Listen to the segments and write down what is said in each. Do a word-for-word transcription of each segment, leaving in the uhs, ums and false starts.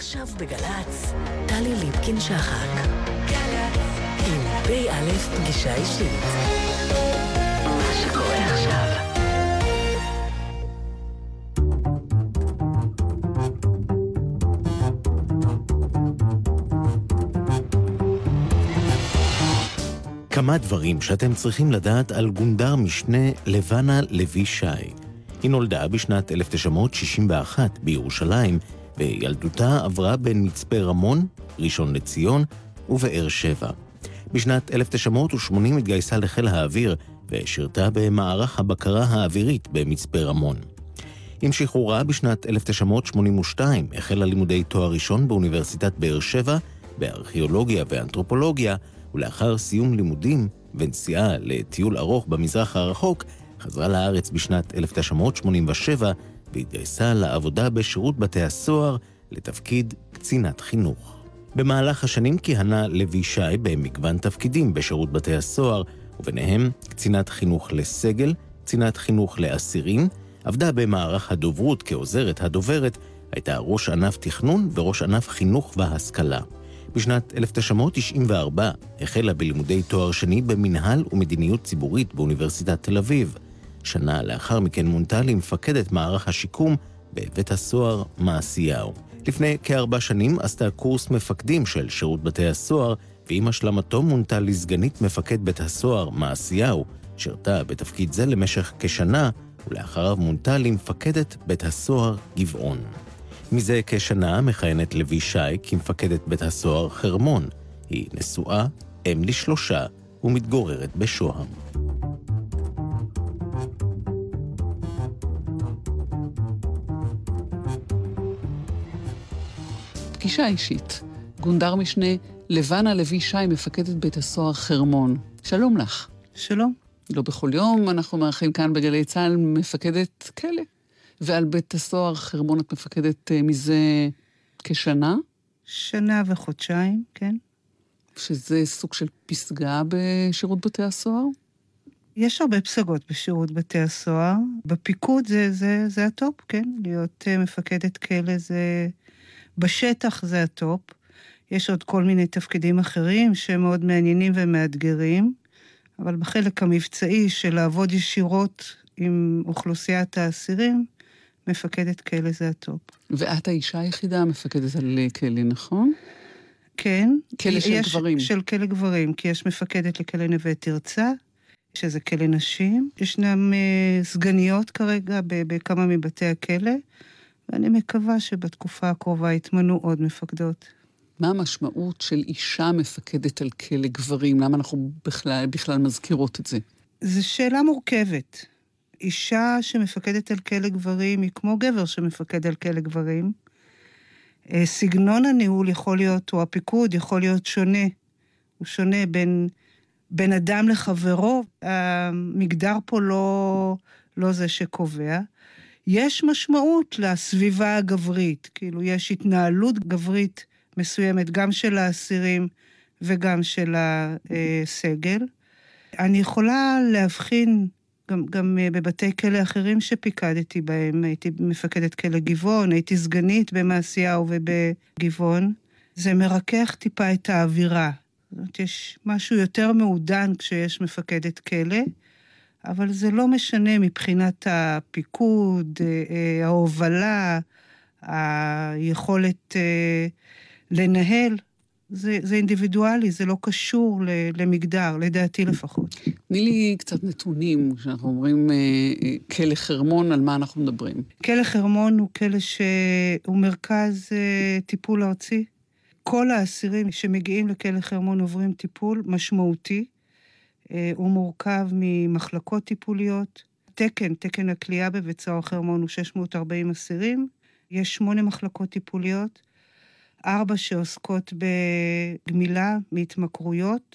עכשיו בגלץ, טלי ליפקין שחק. עם בי א' פגישה אישית. מה שקורה עכשיו. כמה דברים שאתם צריכים לדעת על גונדר משנה לבנה לוי שי. היא נולדה בשנת אלף תשע מאות שישים ואחת בירושלים, וילדותה עברה בין מצפה רמון, ראשון לציון ובאר שבע. בשנת אלף תשע מאות ושמונים התגייסה לחיל האוויר, ושירתה במערך הבקרה האווירית במצפה רמון. עם שחרורה בשנת אלף תשע מאות שמונים ושתיים החלה לימודי תואר ראשון באוניברסיטת באר שבע, בארכיאולוגיה ואנתרופולוגיה, ולאחר סיום לימודים ונסיעה לטיול ארוך במזרח הרחוק, חזרה לארץ בשנת אלף תשע מאות שמונים ושבע והתגייסה לעבודה בשירות בתי הסוהר לתפקיד קצינת חינוך. במהלך השנים כיהנה לוי שי במגוון תפקידים בשירות בתי הסוהר, וביניהם קצינת חינוך לסגל, קצינת חינוך לאסירים, עבדה במערך הדוברות כעוזרת הדוברת, הייתה ראש ענף תכנון וראש ענף חינוך והשכלה. בשנת אלף תשע מאות תשעים וארבע החלה בלימודי תואר שני במנהל ומדיניות ציבורית באוניברסיטת תל אביב. שנה לאחר מכן מונתה למפקדת מערך השיקום בבית הסוהר מעשיהו. לפני כארבע שנים עשתה קורס מפקדים של שירות בתי הסוהר, ועם השלמתו מונתה לסגנית מפקד בית הסוהר מעשיהו, שירתה בתפקיד זה למשך כשנה, ולאחריו מונתה למפקדת בית הסוהר גבעון. מזה כשנה מכהנת לוי שי כמפקדת בית הסוהר חרמון. היא נשואה, אם לשלושה ומתגוררת בשוהם. פגישה אישית. גונדר משנה לבנה לוי שי, מפקדת בית הסוהר חרמון. שלום לך. שלום. לא בכל יום אנחנו מארחים כאן בגלי צה"ל מפקדת כלא. ועל בית הסוהר חרמון את מפקדת uh, מזה כשנה? שנה וחודשיים, כן. שזה סוג של פסגה בשירות בתי הסוהר? יש הרבה פסגות בשירות בתי הסוהר. בפיקוד זה, זה, זה הטופ, כן. להיות uh, מפקדת כלא זה... בשטח זה הטופ. יש עוד כל מיני תפקידים אחרים שמאוד מעניינים ומאתגרים, אבל בחלק המבצעי של לעבוד ישירות עם אוכלוסיית האסירים, מפקדת כלא זה הטופ. ואת האישה היחידה מפקדת על כלא, נכון? כן. כלא של יש, גברים. של כלא גברים, כי יש מפקדת לכלא נווה תרצה, שזה כלא נשים. ישנם uh, סגניות כרגע בכמה מבתי הכלא, ואני מקווה שבתקופה הקרובה יתמנו עוד מפקדות. מה המשמעות של אישה מפקדת על כלא גברים? למה אנחנו בכלל, בכלל מזכירות את זה? זו שאלה מורכבת. אישה שמפקדת על כלא גברים היא כמו גבר שמפקד על כלא גברים. סגנון הניהול יכול להיות, או הפיקוד יכול להיות שונה. הוא שונה בין, בין אדם לחברו. המגדר פה לא, לא זה שקובע. יש משמעות לסביבה הגברית. כאילו יש התנהלות גברית מסוימת גם של האסירים וגם של הסגל. אני יכולה להבחין גם, גם בבתי כלא אחרים שפיקדתי בהם. הייתי מפקדת כלא גבעון, הייתי סגנית במעשיהו ובגבעון. זה מרכך טיפה את האווירה. זאת אומרת, יש משהו יותר מעודן כשיש מפקדת כלא, אבל זה לא משנה מבחינת הפיקוד, ההובלה, היכולת לנהל. זה, זה אינדיבידואלי, זה לא קשור למגדר, לדעתי לפחות. תני לי קצת נתונים, כשאנחנו אומרים כלא חרמון, על מה אנחנו מדברים? כלא חרמון הוא כלא שהוא מרכז טיפול ארצי. כל האסירים שמגיעים לכלא חרמון עוברים טיפול משמעותי. הוא מורכב ממחלקות טיפוליות. תקן, תקן הכלייה בבית סוהר חרמון הוא שש מאות וארבעים אסירים. יש שמונה מחלקות טיפוליות. ארבע שעוסקות בגמילה מהתמכרויות,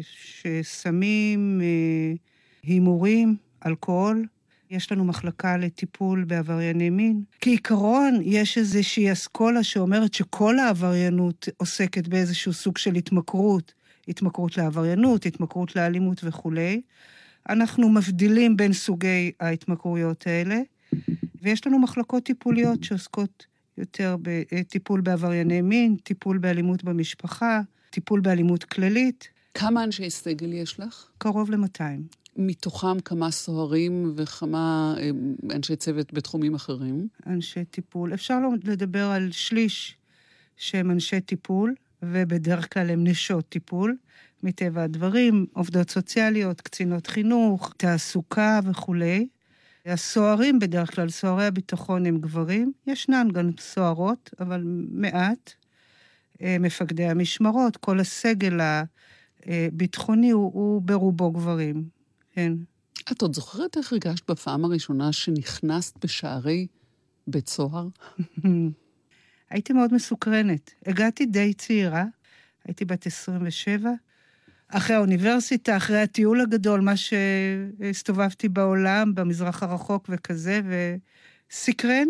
שסמים, הימורים, אלכוהול. יש לנו מחלקה לטיפול בעברייני מין. כעיקרון יש איזושהי אסכולה שאומרת שכל העבריינות עוסקת באיזשהו סוג של התמכרות, התמכרות לעבריינות, התמכרות לאלימות וכו'. אנחנו מבדילים בין סוגי ההתמכרויות האלה, ויש לנו מחלקות טיפוליות שעוסקות יותר בטיפול בעברייני מין, טיפול באלימות במשפחה, טיפול באלימות כללית. כמה אנשי סגל יש לך? קרוב ל-מאתיים. מתוכם כמה סוהרים וכמה אנשי צוות בתחומים אחרים? אנשי טיפול. אפשר לא לדבר על שליש שהם אנשי טיפול, ובדרך כלל הם נשות טיפול, מטבע הדברים, עובדות סוציאליות, קצינות חינוך, תעסוקה וכולי. הסוהרים בדרך כלל, סוהרי הביטחון הם גברים, ישנן גם סוהרות, אבל מעט. מפקדי המשמרות, כל הסגל הביטחוני הוא, הוא ברובו גברים. כן. את עוד זוכרת איך הרגשת בפעם הראשונה שנכנסת בשערי בית סוהר? הייתי מאוד מסוקרנת. הגעתי די צעירה, הייתי בת עשרים ושבע, אחרי האוניברסיטה, אחרי הטיול הגדול, מה שהסתובבתי בעולם, במזרח הרחוק וכזה, וסקרן.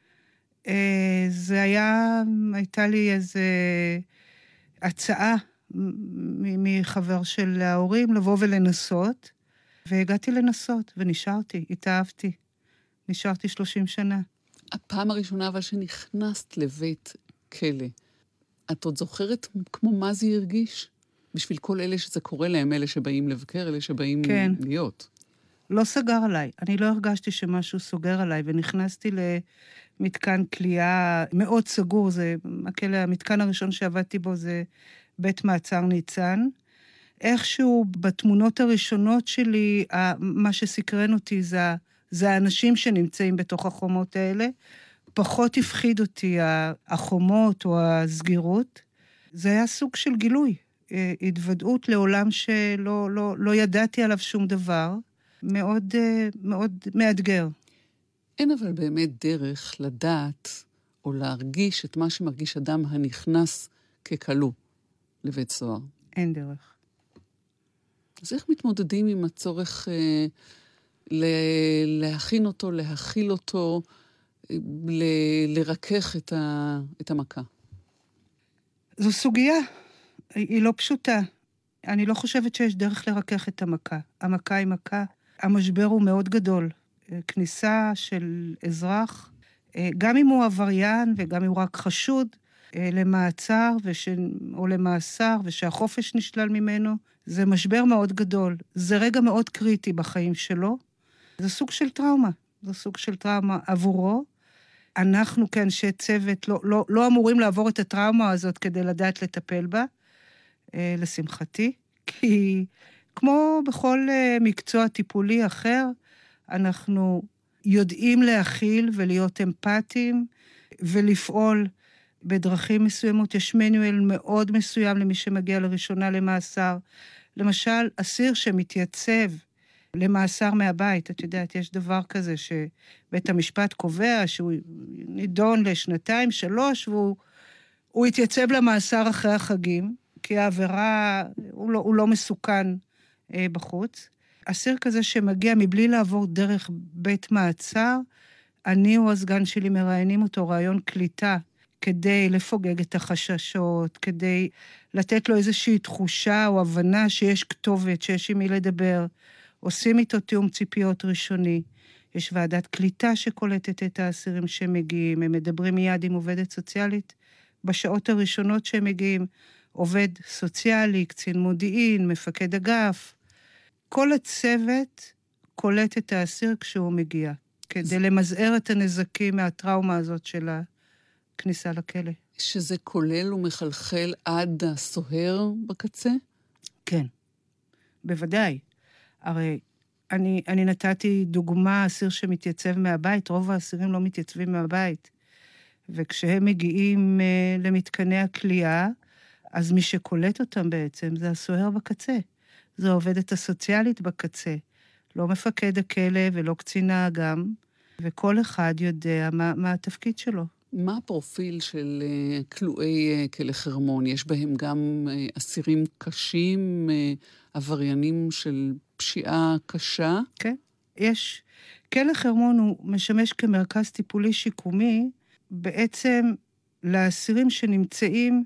זה היה, הייתה לי איזו הצעה מחבר של ההורים לבוא ולנסות, והגעתי לנסות, ונשארתי, התאהבתי. נשארתי שלושים שנה. הפעם הראשונה אבל שנכנסת לבית כלא, את עוד זוכרת כמו מה זה הרגיש? בשביל כל אלה שזה קורה להם, אלה שבאים לבקר, אלה שבאים כן. להיות. לא סגר עליי. אני לא הרגשתי שמשהו סוגר עליי, ונכנסתי למתקן כליאה מאוד סגור. זה, הכלא, המתקן הראשון שעבדתי בו זה בית מעצר ניצן. איכשהו בתמונות הראשונות שלי, מה שסקרן אותי זה, זה האנשים שנמצאים בתוך החומות האלה. פחות הפחיד אותי החומות או הסגירות. זה היה סוג של גילוי. התוודעות לעולם שלא לא, לא ידעתי עליו שום דבר. מאוד, מאוד מאתגר. אין אבל באמת דרך לדעת או להרגיש את מה שמרגיש אדם הנכנס ככלוא לבית סוהר. אין דרך. אז איך מתמודדים עם הצורך אה, ל- להכין אותו, להכיל אותו, ל- לרכך את, ה- את המכה? זו סוגיה, היא לא פשוטה. אני לא חושבת שיש דרך לרכך את המכה. המכה היא מכה. המשבר הוא מאוד גדול. כניסה של אזרח, גם אם הוא עבריין וגם אם הוא רק חשוד, למעצר וש... או למאסר ושהחופש נשלל ממנו, זה משבר מאוד גדול. זה רגע מאוד קריטי בחיים שלו. זה סוג של טראומה. זה סוג של טראומה עבורו. אנחנו כאנשי צוות לא, לא, לא אמורים לעבור את הטראומה הזאת כדי לדעת לטפל בה, לשמחתי, כי כמו בכל מקצוע טיפולי אחר, אנחנו יודעים להכיל ולהיות אמפתיים ולפעול בדרכים מסוימות. יש מנואל מאוד מסוים למי שמגיע לראשונה למאסר. למשל, אסיר שמתייצב למאסר מהבית, את יודעת, יש דבר כזה שבית המשפט קובע שהוא נידון לשנתיים, שלוש, והוא הוא יתייצב למאסר אחרי החגים, כי העבירה, הוא לא, הוא לא מסוכן אה, בחוץ. אסיר כזה שמגיע מבלי לעבור דרך בית מעצר, אני או הסגן שלי מראיינים אותו רעיון קליטה, כדי לפוגג את החששות, כדי לתת לו איזושהי תחושה או הבנה שיש כתובת, שיש עם מי לדבר. עושים איתו תיאום ציפיות ראשוני. יש ועדת קליטה שקולטת את האסירים שמגיעים, הם מדברים מיד עם עובדת סוציאלית. בשעות הראשונות שהם מגיעים, עובד סוציאלי, קצין מודיעין, מפקד אגף. כל הצוות קולט את האסיר כשהוא מגיע, כדי למזער את הנזקים מהטראומה הזאת של הכניסה לכלא. שזה כולל ומחלחל עד הסוהר בקצה? כן. בוודאי. הרי אני, אני נתתי דוגמה, אסיר שמתייצב מהבית, רוב האסירים לא מתייצבים מהבית. וכשהם מגיעים uh, למתקני הכלייה, אז מי שקולט אותם בעצם זה הסוהר בקצה. זו העובדת הסוציאלית בקצה. לא מפקד הכלא ולא קצין האג"ם, וכל אחד יודע מה, מה התפקיד שלו. מה הפרופיל של uh, כלואי uh, כלא חרמון? יש בהם גם uh, אסירים קשים, uh, עבריינים של פשיעה קשה? כן, יש. כלא חרמון הוא משמש כמרכז טיפולי שיקומי, בעצם לאסירים שנמצאים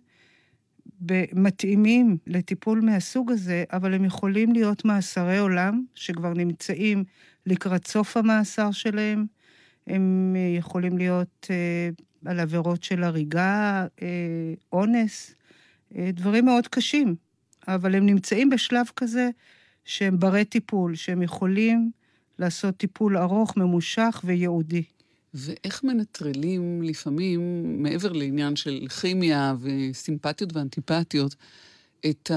מתאימים לטיפול מהסוג הזה, אבל הם יכולים להיות מאסרי עולם, שכבר נמצאים לקראת סוף המאסר שלהם, הם יכולים להיות על עבירות של הריגה, אונס, דברים מאוד קשים. אבל הם נמצאים בשלב כזה שהם ברי טיפול, שהם יכולים לעשות טיפול ארוך, ממושך ויהודי. ואיך מנטרלים לפעמים, מעבר לעניין של כימיה וסימפתיות ואנטיפתיות, את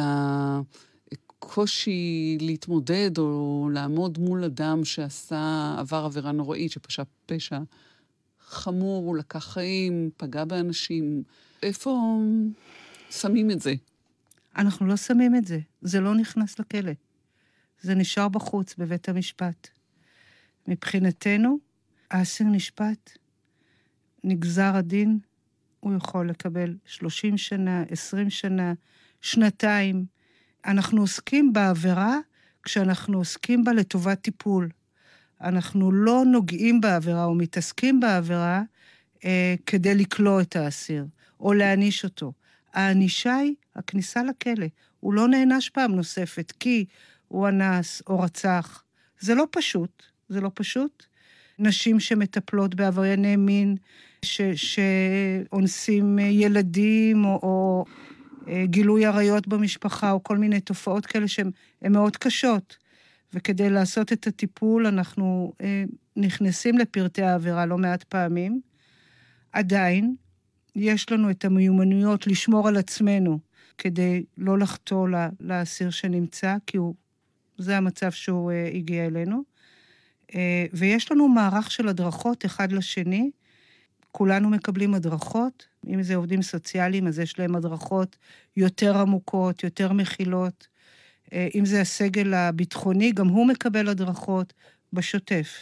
הקושי להתמודד או לעמוד מול אדם שעשה עבר עבירה נוראית, שפשע פשע חמור, הוא לקח חיים, פגע באנשים. איפה שמים את זה? אנחנו לא שמים את זה. זה לא נכנס לכלא. זה נשאר בחוץ, בבית המשפט. מבחינתנו, האסיר נשפט, נגזר הדין, הוא יכול לקבל שלושים שנה, עשרים שנה, שנתיים. אנחנו עוסקים בעבירה כשאנחנו עוסקים בה לטובת טיפול. אנחנו לא נוגעים בעבירה או מתעסקים בעבירה אה, כדי לקלוא את האסיר או להעניש אותו. הענישה היא הכניסה לכלא. הוא לא נענש פעם נוספת כי הוא אנס או רצח. זה לא פשוט, זה לא פשוט. נשים שמטפלות בעברייני מין, ש, שאונסים ילדים, או, או גילוי עריות במשפחה, או כל מיני תופעות כאלה שהן מאוד קשות. וכדי לעשות את הטיפול, אנחנו אה, נכנסים לפרטי העבירה לא מעט פעמים. עדיין, יש לנו את המיומנויות לשמור על עצמנו, כדי לא לחטוא לאסיר שנמצא, כי הוא, זה המצב שהוא אה, הגיע אלינו. ויש לנו מערך של הדרכות אחד לשני, כולנו מקבלים הדרכות, אם זה עובדים סוציאליים, אז יש להם הדרכות יותר עמוקות, יותר מכילות, אם זה הסגל הביטחוני, גם הוא מקבל הדרכות בשוטף.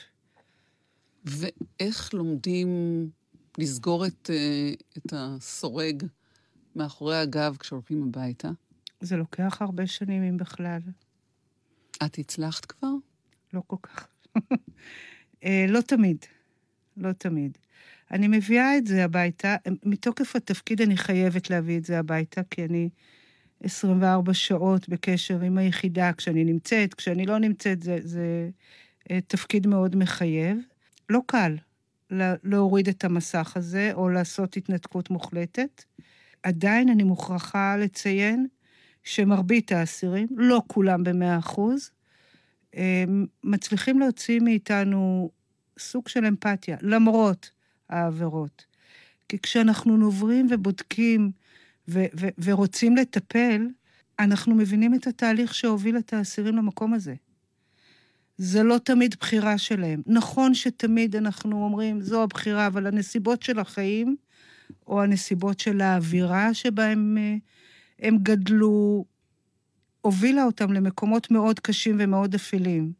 ואיך לומדים לסגור את, את הסורג מאחורי הגב כשהולכים הביתה? זה לוקח הרבה שנים, אם בכלל. את הצלחת כבר? לא כל כך. לא תמיד, לא תמיד. אני מביאה את זה הביתה, מתוקף התפקיד אני חייבת להביא את זה הביתה, כי אני עשרים וארבע שעות בקשר עם היחידה, כשאני נמצאת, כשאני לא נמצאת, זה, זה תפקיד מאוד מחייב. לא קל להוריד את המסך הזה, או לעשות התנתקות מוחלטת. עדיין אני מוכרחה לציין שמרבית האסירים, לא כולם במאה אחוז, מצליחים להוציא מאיתנו סוג של אמפתיה, למרות העבירות. כי כשאנחנו נוברים ובודקים ו- ו- ורוצים לטפל, אנחנו מבינים את התהליך שהוביל את האסירים למקום הזה. זה לא תמיד בחירה שלהם. נכון שתמיד אנחנו אומרים, זו הבחירה, אבל הנסיבות של החיים, או הנסיבות של האווירה שבה הם, הם גדלו, הובילה אותם למקומות מאוד קשים ומאוד אפלים.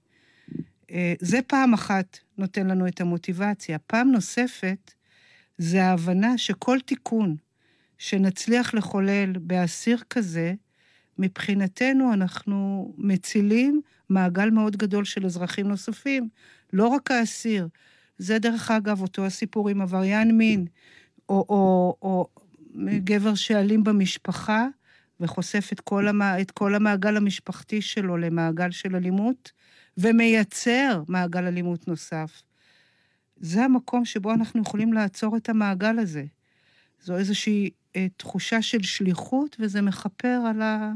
זה פעם אחת נותן לנו את המוטיבציה. פעם נוספת, זה ההבנה שכל תיקון שנצליח לחולל באסיר כזה, מבחינתנו אנחנו מצילים מעגל מאוד גדול של אזרחים נוספים. לא רק האסיר. זה דרך אגב אותו הסיפור עם עבריין מין, או, או, או גבר שאלים במשפחה, וחושף את כל, המע... את כל המעגל המשפחתי שלו למעגל של אלימות, ומייצר מעגל אלימות נוסף. זה המקום שבו אנחנו יכולים לעצור את המעגל הזה. זו איזושהי אה, תחושה של שליחות, וזה מחפר על, ה...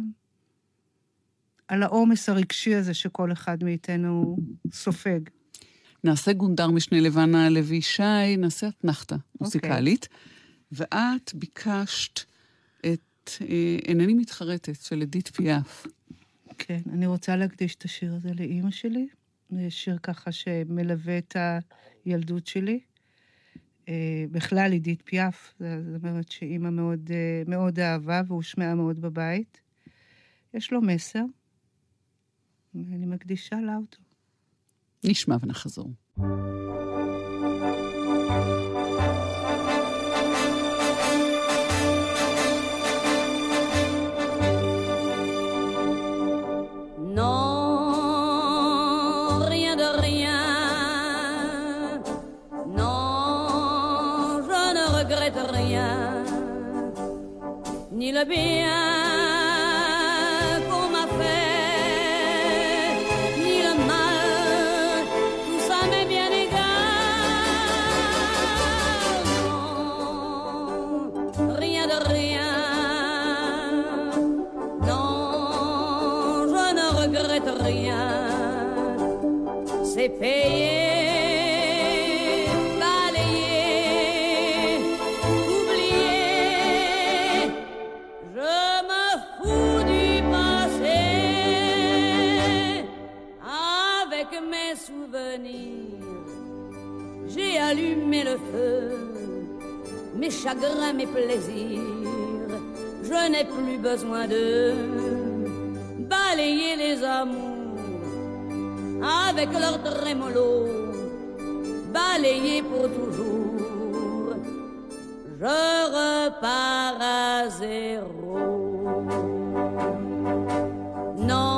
על העומס הרגשי הזה שכל אחד מאיתנו סופג. נעשה גונדר משנה לבנה לוי שי, נעשה אתנחתה מוזיקלית, okay. ואת ביקשת את אה, אינני מתחרטת של אדית פיאף. כן, אני רוצה להקדיש את השיר הזה לאמא שלי, זה שיר ככה שמלווה את הילדות שלי. אה, בכלל אדית פיאף, זאת אומרת שאמא מאוד, אה, מאוד אהבה והושמעה מאוד בבית. יש לו מסר, ואני מקדישה לה אותו. נשמע ונחזור. Ni le bien qu'on m'a fait, ni le mal, tout ça m'est bien égal. Non, c'est payer, balayer, oublier. Je me fous du passé avec mes souvenirs. J'ai allumé le feu, mes chagrins, mes plaisirs. Je n'ai plus besoin de balayer les amours avec leur trémolo, balayer pour toujours. Je repars à zéro. Non,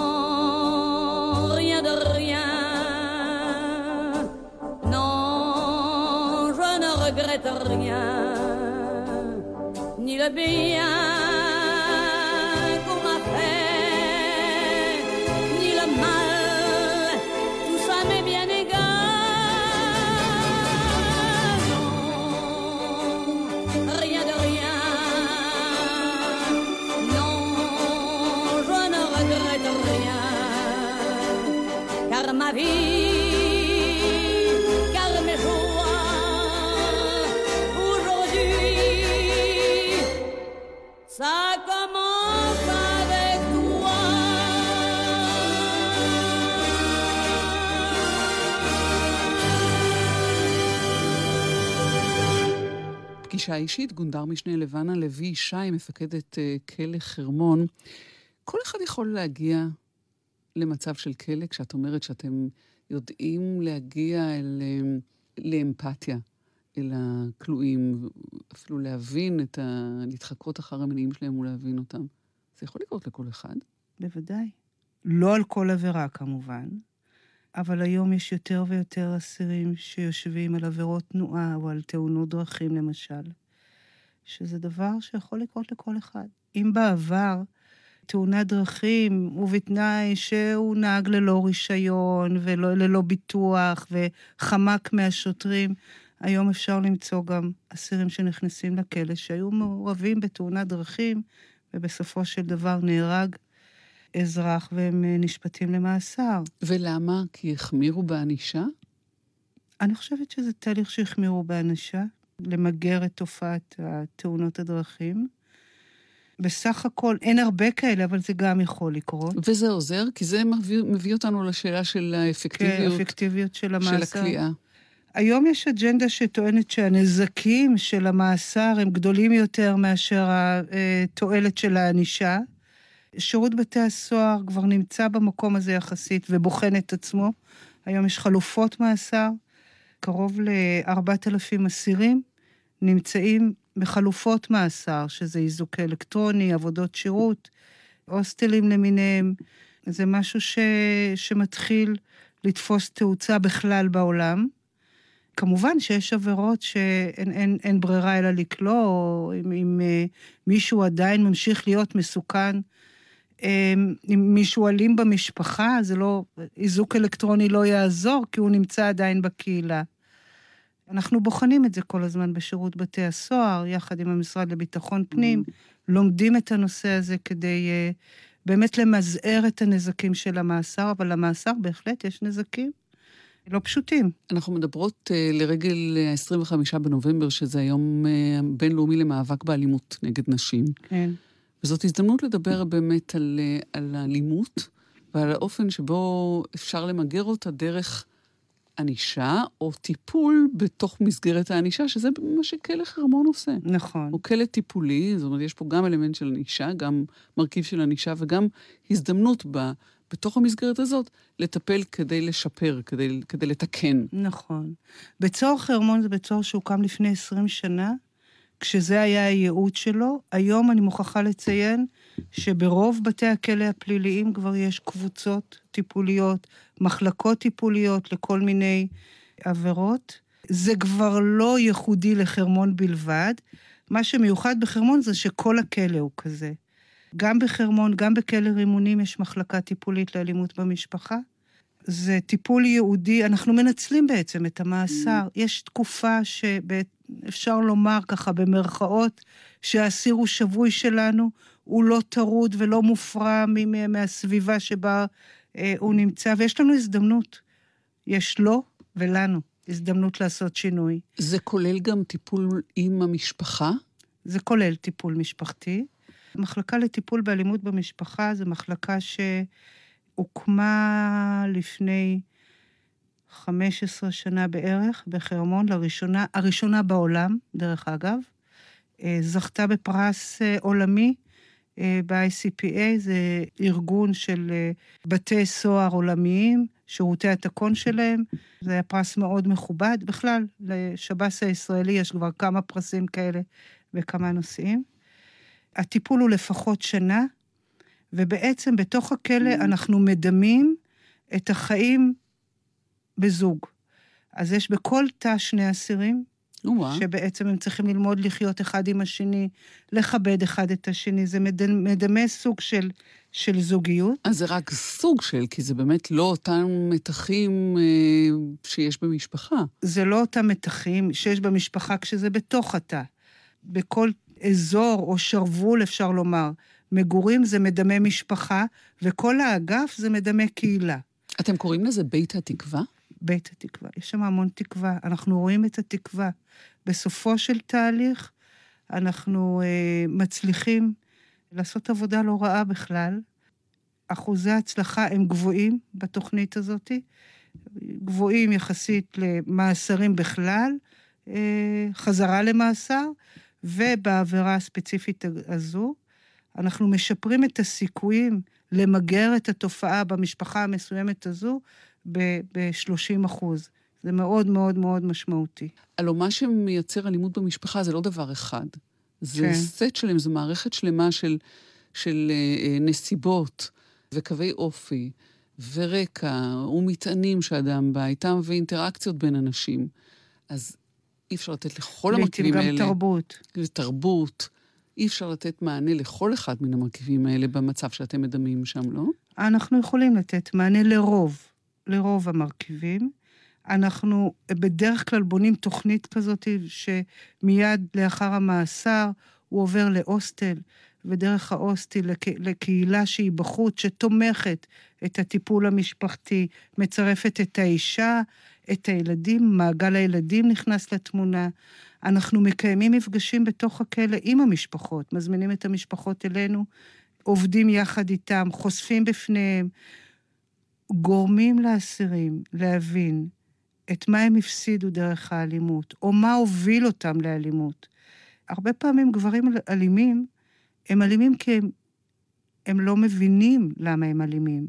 rien de rien. Non, je ne regrette rien, ni le bien qu'on m'a fait, ni le mal, tout ça m'est bien égal. Non, rien de rien. Non, je ne regrette rien, car ma vie, car mes joies, aujourd'hui, ça commence avec toi. פגישה אישית, גונדר משנה לבנה לוי שי, מפקדת אה, כלא חרמון. כל אחד יכול להגיע למצב של כלא, כשאת אומרת שאתם יודעים להגיע אל, אה, לאמפתיה, אל הכלואים, אפילו להבין את ה... להתחקות אחר המניעים שלהם ולהבין אותם. זה יכול לקרות לכל אחד. בוודאי. לא על כל עבירה כמובן, אבל היום יש יותר ויותר אסירים שיושבים על עבירות תנועה או על תאונות דרכים למשל, שזה דבר שיכול לקרות לכל אחד. אם בעבר תאונת דרכים ובתנאי שהוא נהג ללא רישיון וללא ביטוח וחמק מהשוטרים, היום אפשר למצוא גם אסירים שנכנסים לכלא שהיו מעורבים בתאונת דרכים ובסופו של דבר נהרג אזרח והם נשפטים למאסר. ולמה? כי החמירו בענישה? אני חושבת שזה תהליך שהחמירו בענישה, למגר את תופעת תאונות הדרכים. בסך הכל אין הרבה כאלה, אבל זה גם יכול לקרות. וזה עוזר? כי זה מביא, מביא אותנו לשאלה של האפקטיביות, כן, האפקטיביות של המאסר. של הכליאה. היום יש אג'נדה שטוענת שהנזקים של המאסר הם גדולים יותר מאשר התועלת של הענישה. שירות בתי הסוהר כבר נמצא במקום הזה יחסית ובוחן את עצמו. היום יש חלופות מאסר. קרוב ל-ארבעת אלפים אסירים נמצאים בחלופות מאסר, שזה איזוק אלקטרוני, עבודות שירות, הוסטלים למיניהם. זה משהו ש... שמתחיל לתפוס תאוצה בכלל בעולם. כמובן שיש עבירות שאין אין, אין ברירה אלא לקלוא, או אם, אם מישהו עדיין ממשיך להיות מסוכן, אם מישהו אלים במשפחה, זה לא, איזוק אלקטרוני לא יעזור, כי הוא נמצא עדיין בקהילה. אנחנו בוחנים את זה כל הזמן בשירות בתי הסוהר, יחד עם המשרד לביטחון פנים, mm. לומדים את הנושא הזה כדי uh, באמת למזער את הנזקים של המאסר, אבל למאסר בהחלט יש נזקים לא פשוטים. אנחנו מדברות uh, לרגל ה-עשרים וחמישה בנובמבר, שזה היום uh, בינלאומי למאבק באלימות נגד נשים. כן. וזאת הזדמנות לדבר באמת על, על האלימות, ועל האופן שבו אפשר למגר אותה דרך ענישה, או טיפול בתוך מסגרת הענישה, שזה מה שכלא חרמון עושה. נכון. הוא כלא טיפולי, זאת אומרת, יש פה גם אלמנט של ענישה, גם מרכיב של ענישה, וגם הזדמנות בה, בתוך המסגרת הזאת, לטפל כדי לשפר, כדי, כדי לתקן. נכון. בצור חרמון זה בצור שהוקם לפני עשרים שנה, כשזה היה הייעוד שלו. היום אני מוכרחה לציין שברוב בתי הכלא הפליליים כבר יש קבוצות טיפוליות, מחלקות טיפוליות לכל מיני עבירות. זה כבר לא ייחודי לחרמון בלבד. מה שמיוחד בחרמון זה שכל הכלא הוא כזה. גם בחרמון, גם בכלא רימונים יש מחלקה טיפולית לאלימות במשפחה. זה טיפול ייעודי, אנחנו מנצלים בעצם את המאסר. יש תקופה שאפשר לומר ככה במרכאות, שהאסיר הוא שבוי שלנו, הוא לא טרוד ולא מופרע מהסביבה שבה אה, הוא נמצא, ויש לנו הזדמנות יש לו ולנו הזדמנות לעשות שינוי. זה כולל גם טיפול עם המשפחה? זה כולל טיפול משפחתי. מחלקה לטיפול באלימות במשפחה זו מחלקה שהוקמה לפני חמש עשרה שנה בערך בחרמון, לראשונה, הראשונה בעולם, דרך אגב. זכתה בפרס עולמי ב-איי סי פי איי, זה ארגון של בתי סוהר עולמיים, שירותי התקון שלהם. זה היה פרס מאוד מכובד. בכלל, לשב"ס הישראלי יש כבר כמה פרסים כאלה וכמה נושאים. הטיפול הוא לפחות שנה, ובעצם בתוך הכלא אנחנו מדמים את החיים בזוג. אז יש בכל תא שני אסירים, שבעצם הם צריכים ללמוד לחיות אחד עם השני, לכבד אחד את השני. זה מדמה סוג של, של זוגיות. אז זה רק סוג של, כי זה באמת לא אותם מתחים אה, שיש במשפחה. זה לא אותם מתחים שיש במשפחה כשזה בתוך התא. בכל אזור או שרבול, אפשר לומר, מגורים זה מדמה משפחה, וכל האגף זה מדמה קהילה. אתם קוראים לזה בית התקווה? בית התקווה. יש שם המון תקווה. אנחנו רואים את התקווה. בסופו של תהליך, אנחנו אה, מצליחים לעשות עבודה לא רעה בכלל. אחוזי ההצלחה הם גבוהים בתוכנית הזאת, גבוהים יחסית למאסרים בכלל, אה, חזרה למאסר, ובעבירה הספציפית הזו, אנחנו משפרים את הסיכויים למגר את התופעה במשפחה המסוימת הזו ב-שלושים אחוז. זה מאוד מאוד מאוד משמעותי. הלוא מה שמייצר אלימות במשפחה זה לא דבר אחד. זה כן. סט שלם, זו מערכת שלמה של, של אה, נסיבות וקווי אופי ורקע ומטענים שאדם בא איתם ואינטראקציות בין אנשים. אז אי אפשר לתת לכל המרכיבים האלה. לעתים גם תרבות. ותרבות. אי אפשר לתת מענה לכל אחד מן המרכיבים האלה במצב שאתם מדמים שם, לא? אנחנו יכולים לתת מענה לרוב, לרוב המרכיבים. אנחנו בדרך כלל בונים תוכנית כזאת שמיד לאחר המאסר הוא עובר להוסטל, ודרך ההוסטל לקהילה שהיא בחוץ, שתומכת את הטיפול המשפחתי, מצרפת את האישה, את הילדים, מעגל הילדים נכנס לתמונה. אנחנו מקיימים מפגשים בתוך הכלא עם המשפחות, מזמינים את המשפחות אלינו, עובדים יחד איתם, חושפים בפניהם, גורמים לאסירים להבין את מה הם הפסידו דרך האלימות, או מה הוביל אותם לאלימות. הרבה פעמים גברים אלימים, הם אלימים כי הם, הם לא מבינים למה הם אלימים.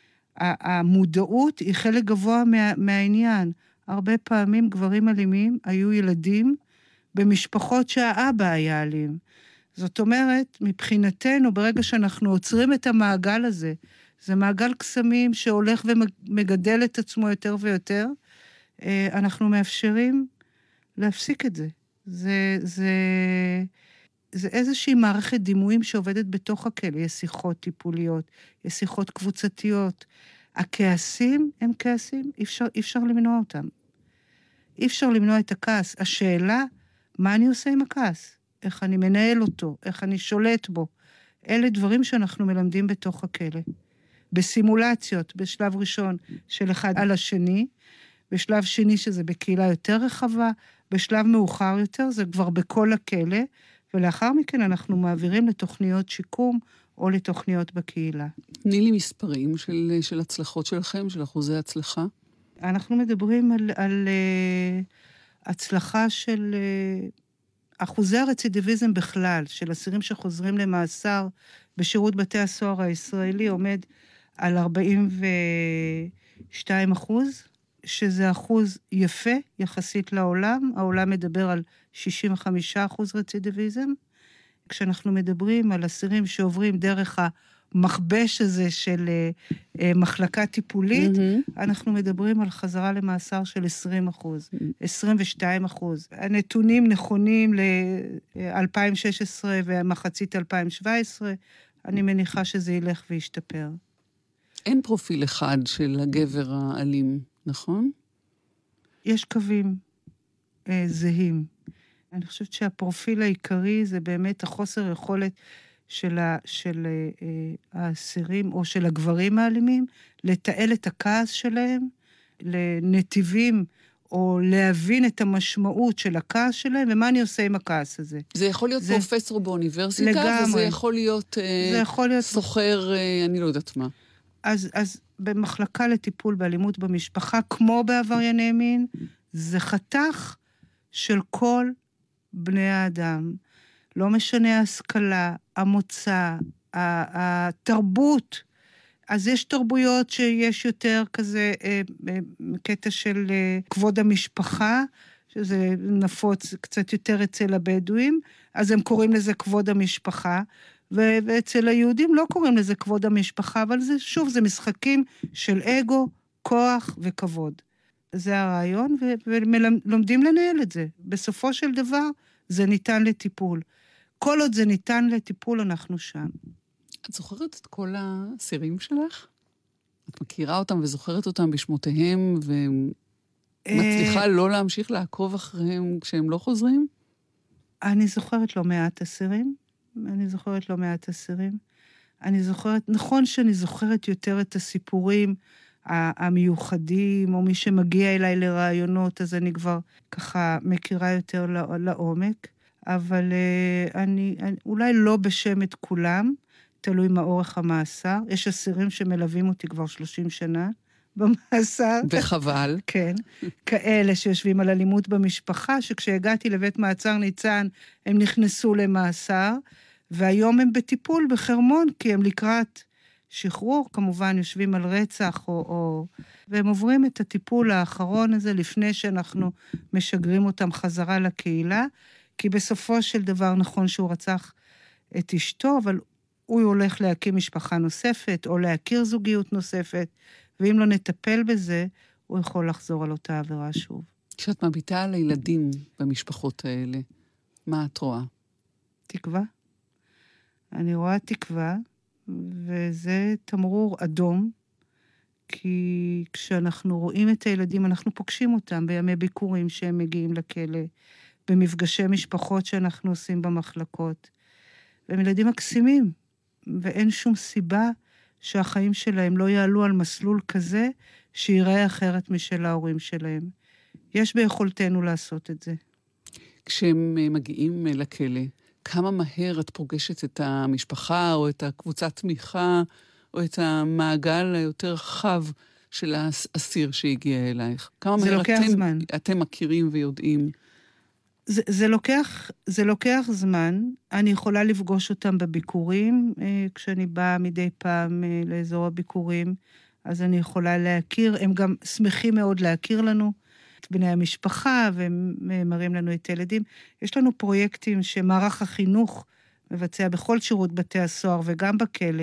המודעות היא חלק גבוה מה, מהעניין. הרבה פעמים גברים אלימים היו ילדים במשפחות שהאבא היה אלים. זאת אומרת, מבחינתנו, ברגע שאנחנו עוצרים את המעגל הזה, זה מעגל קסמים שהולך ומגדל את עצמו יותר ויותר, אנחנו מאפשרים להפסיק את זה. זה, זה, זה איזושהי מערכת דימויים שעובדת בתוך הכלא. יש שיחות טיפוליות, יש שיחות קבוצתיות. הכעסים הם כעסים, אי אפשר, אי אפשר למנוע אותם. אי אפשר למנוע את הכעס. השאלה, מה אני עושה עם הכעס? איך אני מנהל אותו? איך אני שולט בו? אלה דברים שאנחנו מלמדים בתוך הכלא. בסימולציות, בשלב ראשון של אחד על השני, בשלב שני שזה בקהילה יותר רחבה, בשלב מאוחר יותר זה כבר בכל הכלא, ולאחר מכן אנחנו מעבירים לתוכניות שיקום או לתוכניות בקהילה. תני לי מספרים של, של הצלחות שלכם, של אחוזי הצלחה. אנחנו מדברים על, על uh, הצלחה של uh, אחוזי הרצידיביזם בכלל, של אסירים שחוזרים למאסר בשירות בתי הסוהר הישראלי, עומד על ארבעים ושתיים אחוז, שזה אחוז יפה יחסית לעולם. העולם מדבר על שישים וחמישה אחוז רצידיביזם. כשאנחנו מדברים על אסירים שעוברים דרך המכבש הזה של uh, מחלקה טיפולית, mm-hmm. אנחנו מדברים על חזרה למאסר של עשרים אחוז, mm-hmm. עשרים ושתיים אחוז. הנתונים נכונים ל-אלפיים ושש עשרה ומחצית אלפיים שבע עשרה, אני מניחה שזה ילך וישתפר. אין פרופיל אחד של הגבר האלים, נכון? יש קווים אה, זהים. אני חושבת שהפרופיל העיקרי זה באמת החוסר יכולת של, ה, של אה, האסירים או של הגברים האלימים, לתעל את הכעס שלהם לנתיבים, או להבין את המשמעות של הכעס שלהם, ומה אני עושה עם הכעס הזה. זה יכול להיות זה... פרופסור באוניברסיטה, לגמרי. וזה יכול להיות, זה יכול להיות סוחר, אני לא יודעת מה. אז, אז במחלקה לטיפול באלימות במשפחה, כמו בעברייני מין, זה חתך של כל בני האדם. לא משנה ההשכלה, המוצא, התרבות. אז יש תרבויות שיש יותר כזה קטע של כבוד המשפחה, שזה נפוץ קצת יותר אצל הבדואים, אז הם קוראים לזה כבוד המשפחה, ואצל היהודים לא קוראים לזה כבוד המשפחה, אבל זה, שוב, זה משחקים של אגו, כוח וכבוד. זה הרעיון, ולומדים לנהל את זה. בסופו של דבר, זה ניתן לטיפול. כל עוד זה ניתן לטיפול, אנחנו שם. את זוכרת את כל הסירים שלך? את מכירה אותם וזוכרת אותם בשמותיהם, ומצליחה לא להמשיך לעקוב אחריהם כשהם לא חוזרים? אני זוכרת לא מעט אסירים. אני זוכרת לא מעט אסירים. אני זוכרת, נכון שאני זוכרת יותר את הסיפורים המיוחדים, או מי שמגיע אליי לרעיונות, אז אני כבר ככה מכירה יותר לעומק, אבל אני, אני אולי לא בשם את כולם, תלוי מה אורך המאסר. יש אסירים שמלווים אותי כבר שלושים שנה במאסר. וחבל. כן. כאלה שיושבים על אלימות במשפחה, שכשהגעתי לבית מעצר ניצן, הם נכנסו למאסר, והיום הם בטיפול בחרמון, כי הם לקראת שחרור, כמובן יושבים על רצח, או, או... והם עוברים את הטיפול האחרון הזה, לפני שאנחנו משגרים אותם חזרה לקהילה, כי בסופו של דבר נכון שהוא רצח את אשתו, אבל הוא הולך להקים משפחה נוספת, או להכיר זוגיות נוספת, ואם לא נטפל בזה, הוא יכול לחזור על אותה עבירה שוב. כשאת מביטה על הילדים במשפחות האלה, מה את רואה? תקווה. אני רואה תקווה, וזה תמרור אדום, כי כשאנחנו רואים את הילדים, אנחנו פוגשים אותם בימי ביקורים שהם מגיעים לכלא, במפגשי משפחות שאנחנו עושים במחלקות. והם ילדים מקסימים, ואין שום סיבה שהחיים שלהם לא יעלו על מסלול כזה, שיראה אחרת משל ההורים שלהם. יש ביכולתנו לעשות את זה. כשהם מגיעים לכלא, כמה מהר את פוגשת את המשפחה, או את הקבוצת תמיכה, או את המעגל היותר רחב של האסיר שהגיע אלייך? כמה זה מהר לוקח אתם, זמן. אתם מכירים ויודעים? זה, זה, לוקח, זה לוקח זמן. אני יכולה לפגוש אותם בביקורים, אה, כשאני באה מדי פעם אה, לאזור הביקורים, אז אני יכולה להכיר, הם גם שמחים מאוד להכיר לנו את בני המשפחה, והם מראים לנו את הילדים. יש לנו פרויקטים שמערך החינוך מבצע בכל שירות בתי הסוהר, וגם בכלא,